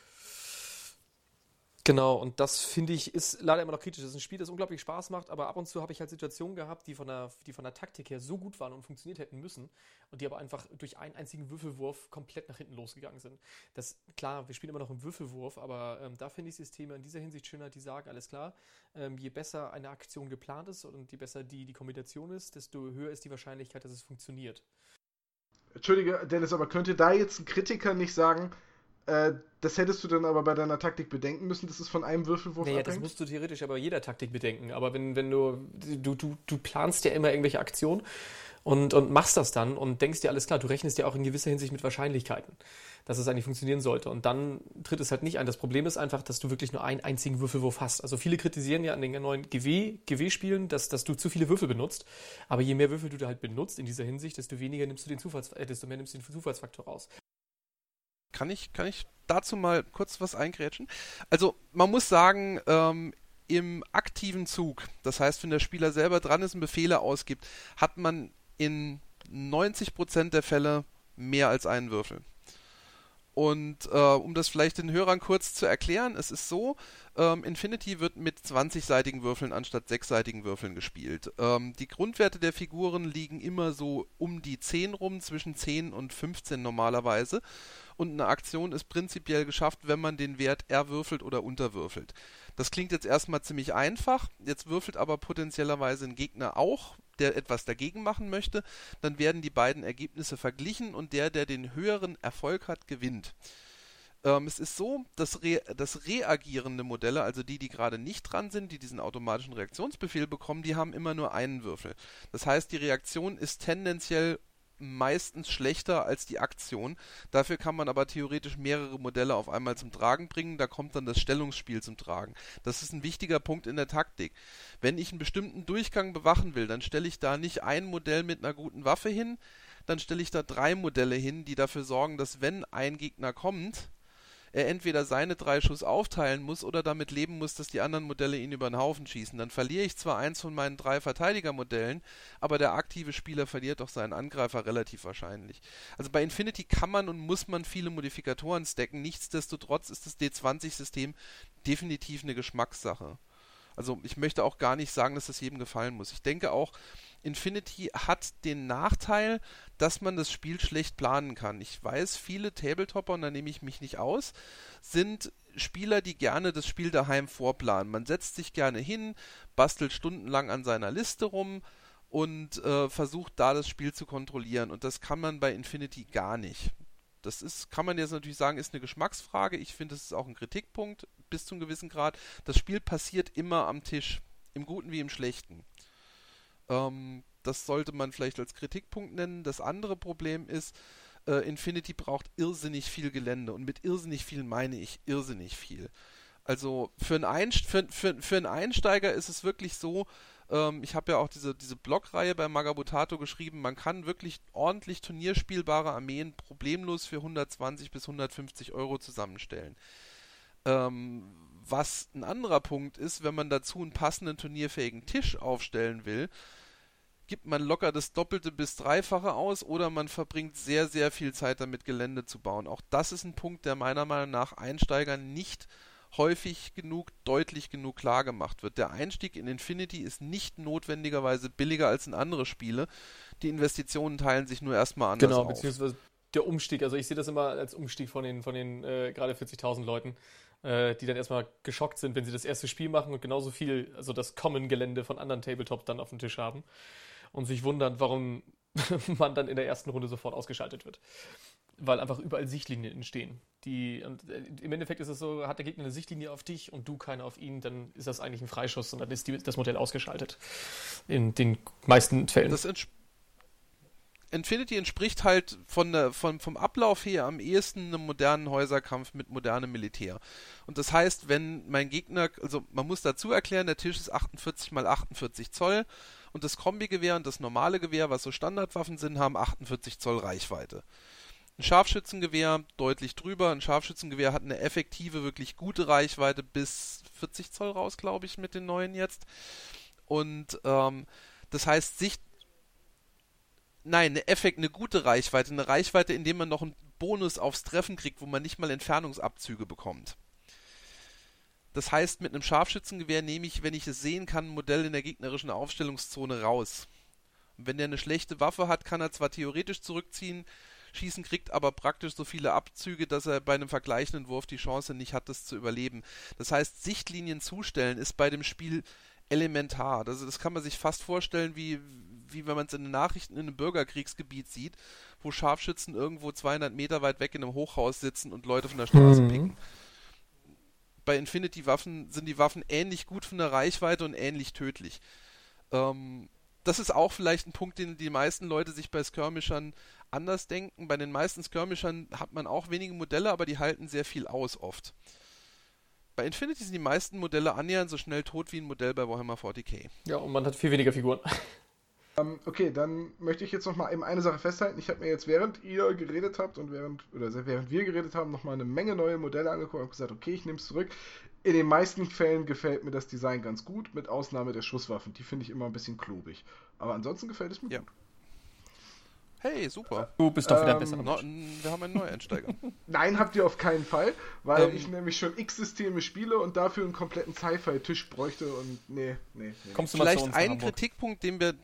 Genau, und das finde ich ist leider immer noch kritisch. Das ist ein Spiel, das unglaublich Spaß macht, aber ab und zu habe ich halt Situationen gehabt, die von der, die von der Taktik her so gut waren und funktioniert hätten müssen und die aber einfach durch einen einzigen Würfelwurf komplett nach hinten losgegangen sind. Das, klar, wir spielen immer noch im Würfelwurf, aber ähm, da finde ich Systeme in dieser Hinsicht schöner, die sagen, alles klar, ähm, je besser eine Aktion geplant ist und je besser die, die Kombination ist, desto höher ist die Wahrscheinlichkeit, dass es funktioniert. Entschuldige, Dennis, aber könnte da jetzt ein Kritiker nicht sagen, äh, das hättest du dann aber bei deiner Taktik bedenken müssen, dass es von einem Würfelwurf naja, abhängt? das musst du theoretisch aber bei jeder Taktik bedenken. Aber wenn, wenn du, du, du, du planst ja immer irgendwelche Aktionen und, und machst das dann und denkst dir, alles klar, du rechnest ja auch in gewisser Hinsicht mit Wahrscheinlichkeiten, dass es eigentlich funktionieren sollte. Und dann tritt es halt nicht ein. Das Problem ist einfach, dass du wirklich nur einen einzigen Würfelwurf hast. Also viele kritisieren ja an den neuen G W, G W-Spielen, dass, dass du zu viele Würfel benutzt. Aber je mehr Würfel du da halt benutzt in dieser Hinsicht, desto weniger nimmst du den Zufalls, äh, desto mehr nimmst du den Zufallsfaktor raus. Kann ich, kann ich dazu mal kurz was eingrätschen? Also, man muss sagen, ähm, im aktiven Zug, das heißt, wenn der Spieler selber dran ist und Befehle ausgibt, hat man in neunzig Prozent der Fälle mehr als einen Würfel. Und äh, um das vielleicht den Hörern kurz zu erklären, es ist so, ähm, Infinity wird mit zwanzigseitigen Würfeln anstatt sechsseitigen Würfeln gespielt. Ähm, die Grundwerte der Figuren liegen immer so um die zehn rum, zwischen zehn und fünfzehn normalerweise. Und eine Aktion ist prinzipiell geschafft, wenn man den Wert erwürfelt oder unterwürfelt. Das klingt jetzt erstmal ziemlich einfach, jetzt würfelt aber potenziellerweise ein Gegner auch, der etwas dagegen machen möchte, dann werden die beiden Ergebnisse verglichen und der, der den höheren Erfolg hat, gewinnt. Ähm, es ist so, dass, re dass reagierende Modelle, also die, die gerade nicht dran sind, die diesen automatischen Reaktionsbefehl bekommen, die haben immer nur einen Würfel. Das heißt, die Reaktion ist tendenziell meistens schlechter als die Aktion. Dafür kann man aber theoretisch mehrere Modelle auf einmal zum Tragen bringen. Da kommt dann das Stellungsspiel zum Tragen. Das ist ein wichtiger Punkt in der Taktik. Wenn ich einen bestimmten Durchgang bewachen will, dann stelle ich da nicht ein Modell mit einer guten Waffe hin, dann stelle ich da drei Modelle hin, die dafür sorgen, dass wenn ein Gegner kommt, er entweder seine drei Schuss aufteilen muss oder damit leben muss, dass die anderen Modelle ihn über den Haufen schießen. Dann verliere ich zwar eins von meinen drei Verteidigermodellen, aber der aktive Spieler verliert doch seinen Angreifer relativ wahrscheinlich. Also bei Infinity kann man und muss man viele Modifikatoren stacken, nichtsdestotrotz ist das D zwanzig-System definitiv eine Geschmackssache. Also ich möchte auch gar nicht sagen, dass das jedem gefallen muss. Ich denke auch, Infinity hat den Nachteil, dass man das Spiel schlecht planen kann. Ich weiß, viele Tabletopper, und da nehme ich mich nicht aus, sind Spieler, die gerne das Spiel daheim vorplanen. Man setzt sich gerne hin, bastelt stundenlang an seiner Liste rum und äh, versucht da das Spiel zu kontrollieren. Und das kann man bei Infinity gar nicht. Das ist, kann man jetzt natürlich sagen, ist eine Geschmacksfrage. Ich finde, das ist auch ein Kritikpunkt bis zu einem gewissen Grad. Das Spiel passiert immer am Tisch, im Guten wie im Schlechten. Ähm, das sollte man vielleicht als Kritikpunkt nennen. Das andere Problem ist, äh, Infinity braucht irrsinnig viel Gelände. Und mit irrsinnig viel meine ich irrsinnig viel. Also für einen, Einst- für, für, für einen Einsteiger ist es wirklich so, ähm, ich habe ja auch diese, diese Blogreihe bei Magabotato geschrieben, man kann wirklich ordentlich turnierspielbare Armeen problemlos für hundertzwanzig bis hundertfünfzig Euro zusammenstellen. Ähm, was ein anderer Punkt ist, wenn man dazu einen passenden turnierfähigen Tisch aufstellen will, gibt man locker das Doppelte bis Dreifache aus oder man verbringt sehr, sehr viel Zeit damit, Gelände zu bauen. Auch das ist ein Punkt, der meiner Meinung nach Einsteigern nicht häufig genug, deutlich genug klar gemacht wird. Der Einstieg in Infinity ist nicht notwendigerweise billiger als in andere Spiele. Die Investitionen teilen sich nur erstmal anders genau, auf. Genau, beziehungsweise der Umstieg. Also ich sehe das immer als Umstieg von den, von den äh, gerade vierzigtausend Leuten, äh, die dann erstmal geschockt sind, wenn sie das erste Spiel machen und genauso viel, also das Common-Gelände von anderen Tabletops dann auf dem Tisch haben und sich wundern, warum man dann in der ersten Runde sofort ausgeschaltet wird. Weil einfach überall Sichtlinien entstehen. Die, und im Endeffekt ist es so, hat der Gegner eine Sichtlinie auf dich und du keine auf ihn, dann ist das eigentlich ein Freischuss und dann ist die, das Modell ausgeschaltet. In den meisten Fällen. Das ents- Infinity entspricht halt von der, von, vom Ablauf her am ehesten einem modernen Häuserkampf mit modernem Militär. Und das heißt, wenn mein Gegner, also man muss dazu erklären, der Tisch ist achtundvierzig mal achtundvierzig Zoll und das Kombi-Gewehr und das normale Gewehr, was so Standardwaffen sind, haben achtundvierzig Zoll Reichweite. Ein Scharfschützengewehr deutlich drüber. Ein Scharfschützengewehr hat eine effektive, wirklich gute Reichweite bis vierzig Zoll raus, glaube ich, mit den neuen jetzt. Und ähm, das heißt, Sicht, nein, eine Effekt, eine gute Reichweite, eine Reichweite, in der man noch einen Bonus aufs Treffen kriegt, wo man nicht mal Entfernungsabzüge bekommt. Das heißt, mit einem Scharfschützengewehr nehme ich, wenn ich es sehen kann, ein Modell in der gegnerischen Aufstellungszone raus. Und wenn der eine schlechte Waffe hat, kann er zwar theoretisch zurückziehen, schießen, kriegt aber praktisch so viele Abzüge, dass er bei einem vergleichenden Wurf die Chance nicht hat, das zu überleben. Das heißt, Sichtlinien zustellen ist bei dem Spiel elementar. Also das kann man sich fast vorstellen, wie, wie wenn man es in den Nachrichten in einem Bürgerkriegsgebiet sieht, wo Scharfschützen irgendwo zweihundert Meter weit weg in einem Hochhaus sitzen und Leute von der Straße mhm. picken. Bei Infinity-Waffen sind die Waffen ähnlich gut von der Reichweite und ähnlich tödlich. Ähm, das ist auch vielleicht ein Punkt, den die meisten Leute sich bei Skirmishern anders denken. Bei den meisten Skirmishern hat man auch wenige Modelle, aber die halten sehr viel aus oft. Bei Infinity sind die meisten Modelle annähernd so schnell tot wie ein Modell bei Warhammer forty K. Ja, und man hat viel weniger Figuren. Um, okay, dann möchte ich jetzt noch mal eben eine Sache festhalten. Ich habe mir jetzt, während ihr geredet habt und während, oder während wir geredet haben, noch mal eine Menge neue Modelle angeguckt und gesagt, okay, ich nehme es zurück. In den meisten Fällen gefällt mir das Design ganz gut, mit Ausnahme der Schusswaffen. Die finde ich immer ein bisschen klobig. Aber ansonsten gefällt es mir ja. gut. Hey, super. Du bist doch wieder ähm, besser. No, wir haben einen Neueinsteiger. Nein, habt ihr auf keinen Fall, weil ähm, ich nämlich schon X-Systeme spiele und dafür einen kompletten Sci-Fi-Tisch bräuchte und nee, nee, nee. Kommst du mal Vielleicht zu uns ein Kritikpunkt, den wir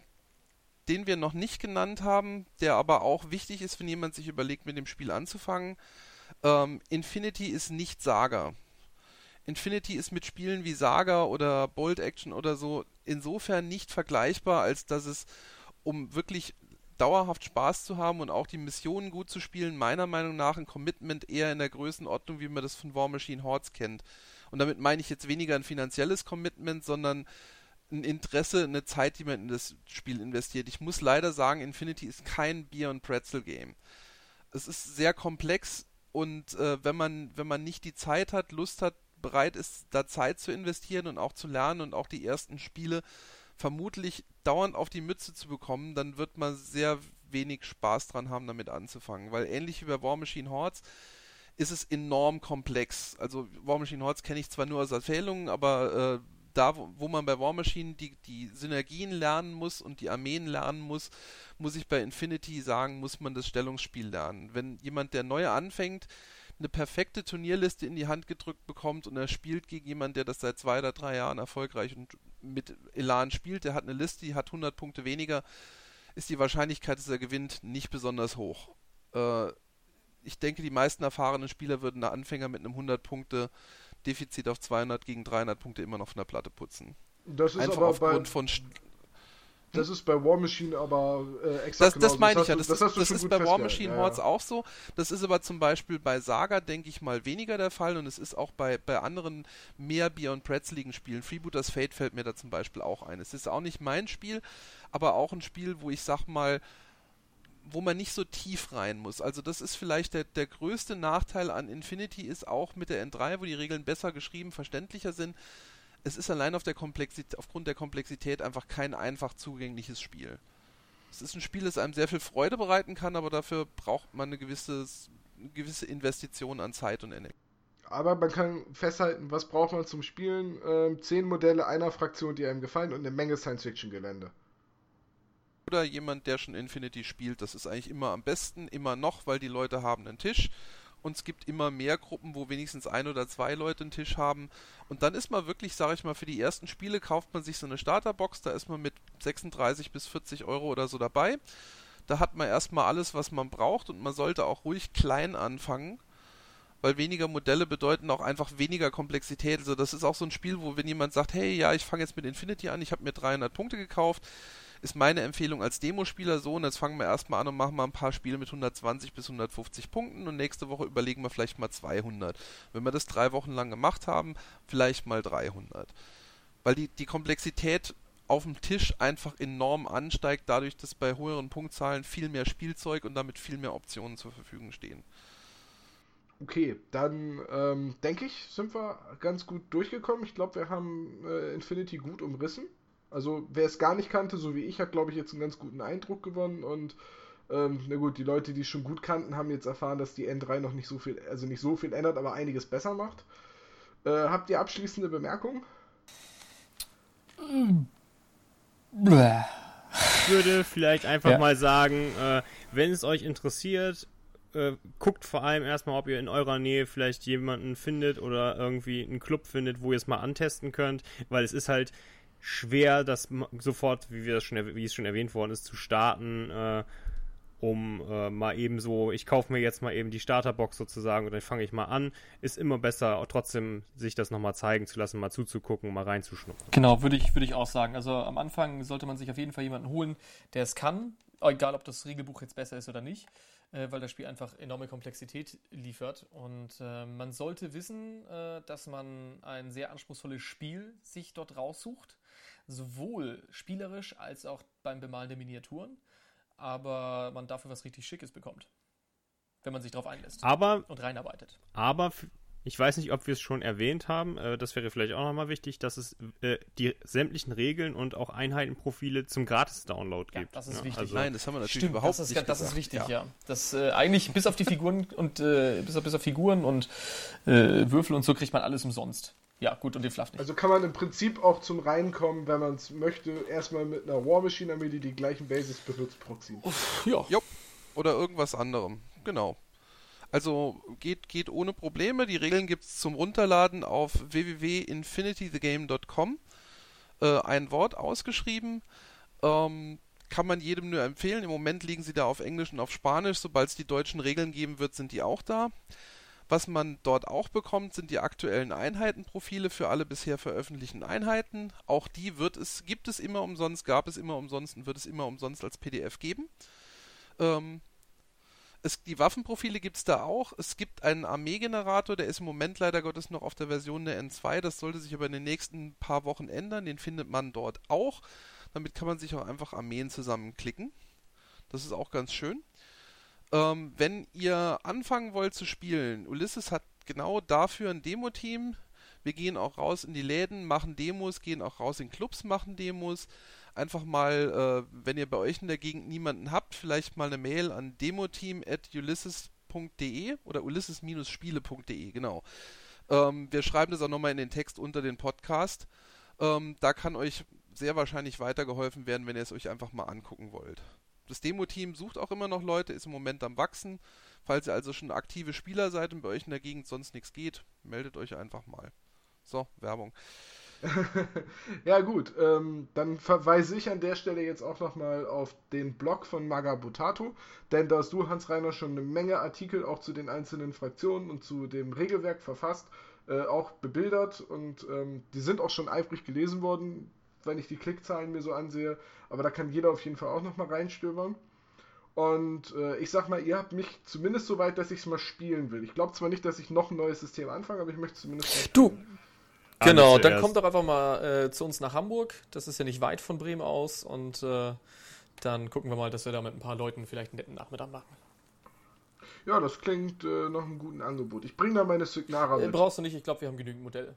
den wir noch nicht genannt haben, der aber auch wichtig ist, wenn jemand sich überlegt, mit dem Spiel anzufangen. Ähm, Infinity ist nicht Saga. Infinity ist mit Spielen wie Saga oder Bolt Action oder so insofern nicht vergleichbar, als dass es, um wirklich dauerhaft Spaß zu haben und auch die Missionen gut zu spielen, meiner Meinung nach ein Commitment eher in der Größenordnung, wie man das von War Machine Hordes kennt. Und damit meine ich jetzt weniger ein finanzielles Commitment, sondern ein Interesse, eine Zeit, die man in das Spiel investiert. Ich muss leider sagen, Infinity ist kein Bier- und Pretzel-Game. Es ist sehr komplex und äh, wenn man, wenn man nicht die Zeit hat, Lust hat, bereit ist, da Zeit zu investieren und auch zu lernen und auch die ersten Spiele vermutlich dauernd auf die Mütze zu bekommen, dann wird man sehr wenig Spaß dran haben, damit anzufangen. Weil ähnlich wie bei War Machine Hordes ist es enorm komplex. Also War Machine Hordes kenne ich zwar nur aus Erzählungen, aber äh, da, wo, wo man bei War Machine die, die Synergien lernen muss und die Armeen lernen muss, muss ich bei Infinity sagen, muss man das Stellungsspiel lernen. Wenn jemand, der neu anfängt, eine perfekte Turnierliste in die Hand gedrückt bekommt und er spielt gegen jemanden, der das seit zwei oder drei Jahren erfolgreich und mit Elan spielt, der hat eine Liste, die hat hundert Punkte weniger, ist die Wahrscheinlichkeit, dass er gewinnt, nicht besonders hoch. Äh, ich denke, die meisten erfahrenen Spieler würden einen Anfänger mit einem hundert Punkte Defizit auf zweihundert gegen dreihundert Punkte immer noch von der Platte putzen. Das ist Einfach aber aufgrund bei, von... St- das ist bei War Machine aber äh, exakt Das, das meine ich ja, du, das, das, ist, das ist bei War Machine Hordes ja, ja. auch so. Das ist aber zum Beispiel bei Saga, denke ich mal, weniger der Fall und es ist auch bei, bei anderen mehr Bier- und Pretzeligen Spielen. Freebooters Fate fällt mir da zum Beispiel auch ein. Es ist auch nicht mein Spiel, aber auch ein Spiel, wo ich sag mal, wo man nicht so tief rein muss. Also das ist vielleicht der, der größte Nachteil an Infinity ist auch mit der N drei, wo die Regeln besser geschrieben, verständlicher sind. Es ist allein auf der Komplexität, aufgrund der Komplexität einfach kein einfach zugängliches Spiel. Es ist ein Spiel, das einem sehr viel Freude bereiten kann, aber dafür braucht man eine gewisse, eine gewisse Investition an Zeit und Energie. Aber man kann festhalten, was braucht man zum Spielen? Ähm, zehn Modelle einer Fraktion, die einem gefallen und eine Menge Science-Fiction-Gelände. Oder jemand, der schon Infinity spielt, das ist eigentlich immer am besten, immer noch, weil die Leute haben einen Tisch und es gibt immer mehr Gruppen, wo wenigstens ein oder zwei Leute einen Tisch haben und dann ist man wirklich, sage ich mal, für die ersten Spiele kauft man sich so eine Starterbox, da ist man mit sechsunddreißig bis vierzig Euro oder so dabei, da hat man erstmal alles, was man braucht und man sollte auch ruhig klein anfangen, weil weniger Modelle bedeuten auch einfach weniger Komplexität. Also das ist auch so ein Spiel, wo wenn jemand sagt, hey, ja, ich fange jetzt mit Infinity an, ich habe mir dreihundert Punkte gekauft, ist meine Empfehlung als Demospieler so, und jetzt fangen wir erstmal an und machen mal ein paar Spiele mit hundertzwanzig bis hundertfünfzig Punkten und nächste Woche überlegen wir vielleicht mal zweihundert. Wenn wir das drei Wochen lang gemacht haben, vielleicht mal dreihundert. Weil die, die Komplexität auf dem Tisch einfach enorm ansteigt, dadurch, dass bei höheren Punktzahlen viel mehr Spielzeug und damit viel mehr Optionen zur Verfügung stehen. Okay, dann ähm, denke ich, sind wir ganz gut durchgekommen. Ich glaube, wir haben äh, Infinity gut umrissen. Also wer es gar nicht kannte, so wie ich, hat, glaube ich, jetzt einen ganz guten Eindruck gewonnen. Und ähm, na gut, die Leute, die es schon gut kannten, haben jetzt erfahren, dass die N drei noch nicht so viel, also nicht so viel ändert, aber einiges besser macht. Äh, habt ihr abschließende Bemerkungen? Bäh. Ich würde vielleicht einfach Ja. mal sagen, äh, wenn es euch interessiert, äh, guckt vor allem erstmal, ob ihr in eurer Nähe vielleicht jemanden findet oder irgendwie einen Club findet, wo ihr es mal antesten könnt, weil es ist halt schwer, das ma- sofort, wie wir das schon, erw- wie es schon erwähnt worden ist, zu starten, äh, um äh, mal eben so, ich kaufe mir jetzt mal eben die Starterbox sozusagen und dann fange ich mal an. Ist immer besser, auch trotzdem sich das nochmal zeigen zu lassen, mal zuzugucken, mal reinzuschnuppern. Genau, würde ich, würde ich auch sagen. Also am Anfang sollte man sich auf jeden Fall jemanden holen, der es kann, egal ob das Regelbuch jetzt besser ist oder nicht, äh, weil das Spiel einfach enorme Komplexität liefert. Und äh, man sollte wissen, äh, dass man ein sehr anspruchsvolles Spiel sich dort raussucht, sowohl spielerisch als auch beim Bemalen der Miniaturen, aber man dafür was richtig Schickes bekommt, wenn man sich darauf einlässt Aber, und reinarbeitet. aber f- ich weiß nicht, ob wir es schon erwähnt haben, äh, das wäre vielleicht auch nochmal wichtig, dass es äh, die sämtlichen Regeln und auch Einheitenprofile zum Gratis-Download Ja, gibt. das ist Ja, wichtig. also, Nein, das haben wir natürlich Stimmt, überhaupt das ist, nicht das gesagt. ist wichtig, ja. ja. Das äh, eigentlich bis auf die Figuren und äh, bis, auf, bis auf Figuren und äh, Würfel und so kriegt man alles umsonst. Ja, gut, und den Fluff nicht. Also kann man im Prinzip auch zum Reinkommen, wenn man es möchte, erstmal mit einer War Machine Armee, die die gleichen Bases benutzt, proxieren. ja. Jo. Oder irgendwas anderem. Genau. Also geht, geht ohne Probleme. Die Regeln gibt es zum Runterladen auf w w w punkt infinity the game punkt com. Äh, ein Wort ausgeschrieben. Ähm, kann man jedem nur empfehlen. Im Moment liegen sie da auf Englisch und auf Spanisch. Sobald es die deutschen Regeln geben wird, sind die auch da. Was man dort auch bekommt, sind die aktuellen Einheitenprofile für alle bisher veröffentlichten Einheiten. Auch die wird es, gibt es immer umsonst, gab es immer umsonst und wird es immer umsonst als P D F geben. Ähm, es, die Waffenprofile gibt es da auch. Es gibt einen Armeegenerator, der ist im Moment leider Gottes noch auf der Version der N zwei. Das sollte sich aber in den nächsten paar Wochen ändern. Den findet man dort auch. Damit kann man sich auch einfach Armeen zusammenklicken. Das ist auch ganz schön. Ähm, wenn ihr anfangen wollt zu spielen, Ulysses hat genau dafür ein Demo-Team. Wir gehen auch raus in die Läden, machen Demos, gehen auch raus in Clubs, machen Demos. Einfach mal, äh, wenn ihr bei euch in der Gegend niemanden habt, vielleicht mal eine Mail an demoteam at ulysses punkt de oder ulysses Spiele punkt de, genau. Ähm, wir schreiben das auch nochmal in den Text unter den Podcast. Ähm, da kann euch sehr wahrscheinlich weitergeholfen werden, wenn ihr es euch einfach mal angucken wollt. Das Demo-Team sucht auch immer noch Leute, ist im Moment am Wachsen. Falls ihr also schon aktive Spieler seid und bei euch in der Gegend sonst nichts geht, meldet euch einfach mal. So, Werbung. Ja gut, ähm, dann verweise ich an der Stelle jetzt auch nochmal auf den Blog von Magabotato, denn da hast du, Hans-Reiner, schon eine Menge Artikel auch zu den einzelnen Fraktionen und zu dem Regelwerk verfasst, äh, auch bebildert und ähm, die sind auch schon eifrig gelesen worden, wenn ich die Klickzahlen mir so ansehe, aber da kann jeder auf jeden Fall auch nochmal reinstöbern. Und äh, ich sag mal, ihr habt mich zumindest so weit, dass ich es mal spielen will. Ich glaube zwar nicht, dass ich noch ein neues System anfange, aber ich möchte zumindest mal Du, spielen. genau, Alles dann zuerst. kommt doch einfach mal äh, zu uns nach Hamburg. Das ist ja nicht weit von Bremen aus. Und äh, dann gucken wir mal, dass wir da mit ein paar Leuten vielleicht einen netten Nachmittag machen. Ja, das klingt äh, nach einem guten Angebot. Ich bringe da meine Signara Äh, mit. brauchst du nicht, ich glaube, wir haben genügend Modelle.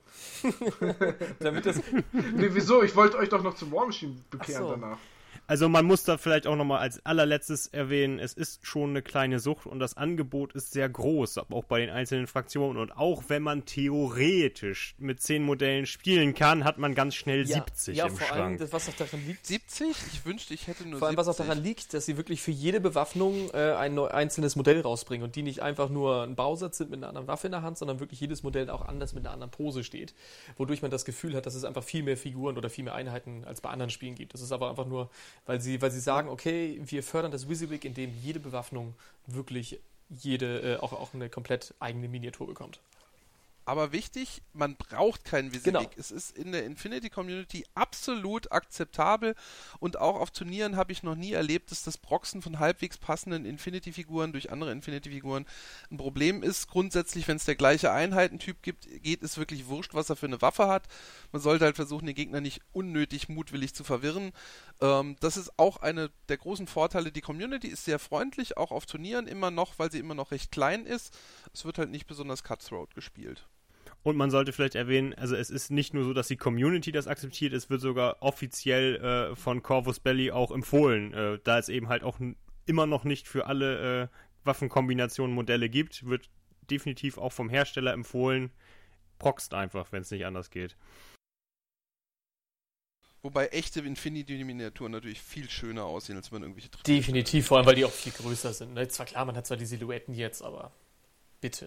Damit das. Nee, wieso? Ich wollte euch doch noch zum War Machine bekehren Ach so. danach. Also man muss da vielleicht auch nochmal als allerletztes erwähnen, es ist schon eine kleine Sucht und das Angebot ist sehr groß, aber auch bei den einzelnen Fraktionen. Und auch wenn man theoretisch mit zehn Modellen spielen kann, hat man ganz schnell Ja, siebzig ja, im vor allem, Schrank. das, was auch daran liegt. siebzig? Ich wünschte, ich hätte nur Vor allem, was auch siebzig. daran liegt, dass sie wirklich für jede Bewaffnung äh, ein neu, einzelnes Modell rausbringen und die nicht einfach nur ein Bausatz sind mit einer anderen Waffe in der Hand, sondern wirklich jedes Modell auch anders mit einer anderen Pose steht. Wodurch man das Gefühl hat, dass es einfach viel mehr Figuren oder viel mehr Einheiten als bei anderen Spielen gibt. Das ist aber einfach nur, weil sie, weil sie sagen, okay, wir fördern das WYSIWYG, indem jede Bewaffnung wirklich jede, äh, auch, auch eine komplett eigene Miniatur bekommt. Aber wichtig, man braucht keinen WYSIWYG. Genau. Es ist in der Infinity-Community absolut akzeptabel und auch auf Turnieren habe ich noch nie erlebt, dass das Proxen von halbwegs passenden Infinity-Figuren durch andere Infinity-Figuren ein Problem ist. Grundsätzlich, wenn es der gleiche Einheitentyp gibt, geht es wirklich wurscht, was er für eine Waffe hat. Man sollte halt versuchen, den Gegner nicht unnötig mutwillig zu verwirren. Ähm, das ist auch einer der großen Vorteile. Die Community ist sehr freundlich, auch auf Turnieren immer noch, weil sie immer noch recht klein ist. Es wird halt nicht besonders cutthroat gespielt. Und man sollte vielleicht erwähnen, also es ist nicht nur so, dass die Community das akzeptiert, es wird sogar offiziell äh, von Corvus Belli auch empfohlen, äh, da es eben halt auch n- immer noch nicht für alle äh, Waffenkombinationen Modelle gibt, wird definitiv auch vom Hersteller empfohlen, proxt einfach, wenn es nicht anders geht. Wobei echte Infinity-Miniaturen natürlich viel schöner aussehen, als man irgendwelche Triple- Definitiv, vor allem, weil die auch viel größer sind. Ne? Zwar klar, man hat zwar die Silhouetten jetzt, aber bitte.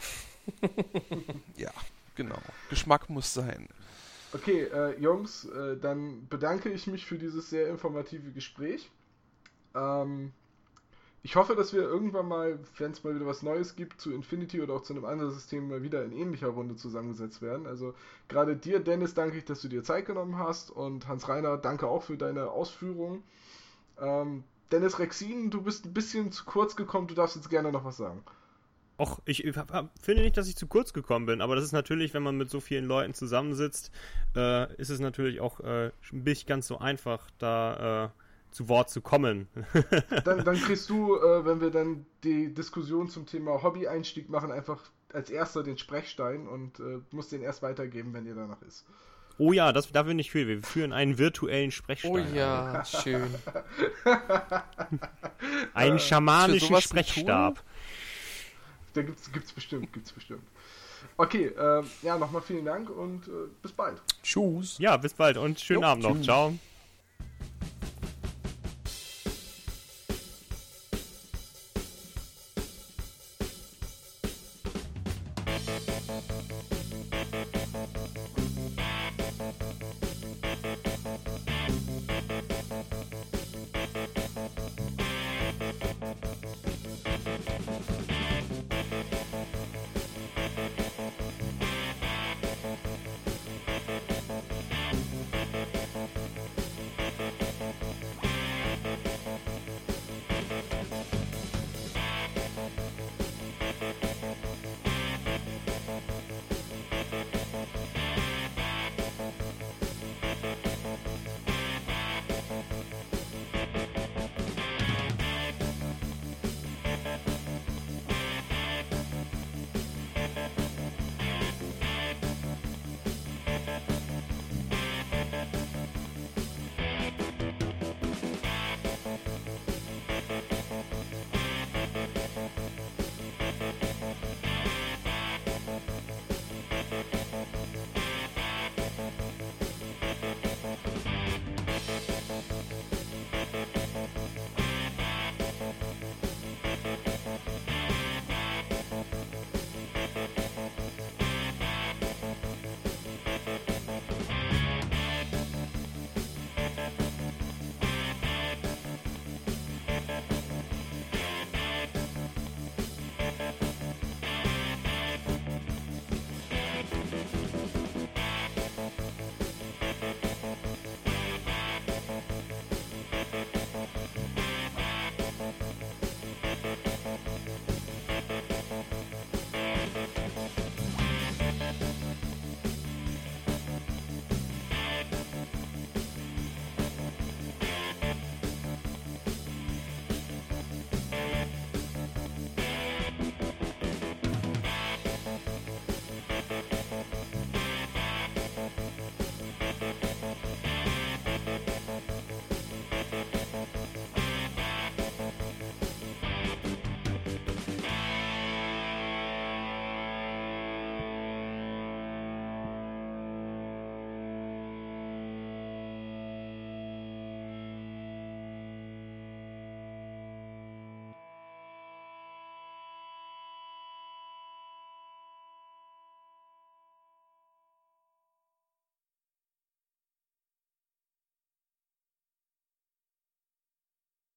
Ja, genau. Geschmack muss sein. Okay, äh, Jungs, äh, dann bedanke ich mich für dieses sehr informative Gespräch. Ähm, ich hoffe, dass wir irgendwann mal, wenn es mal wieder was Neues gibt, zu Infinity oder auch zu einem anderen System mal wieder in ähnlicher Runde zusammengesetzt werden. Also gerade dir, Dennis, danke ich, dass du dir Zeit genommen hast, und Hans-Reiner, danke auch für deine Ausführungen. Ähm, Dennis Rexin, du bist ein bisschen zu kurz gekommen, du darfst jetzt gerne noch was sagen. Och, ich hab, hab, finde nicht, dass ich zu kurz gekommen bin, aber das ist natürlich, wenn man mit so vielen Leuten zusammensitzt, äh, ist es natürlich auch äh, nicht ganz so einfach, da äh, zu Wort zu kommen. dann, dann kriegst du, äh, wenn wir dann die Diskussion zum Thema Hobby-Einstieg machen, einfach als erster den Sprechstein und äh, musst den erst weitergeben, wenn dir danach ist. Oh ja, das, da bin ich für. Wir führen einen virtuellen Sprechstein. Oh ja, ein. schön. Einen schamanischen ein Sprechstab. Da gibt's, gibt's bestimmt, gibt's bestimmt. Okay, äh, ja, nochmal vielen Dank und äh, bis bald. Tschüss. Ja, bis bald und schönen Jo, Abend noch. tschüss. Ciao.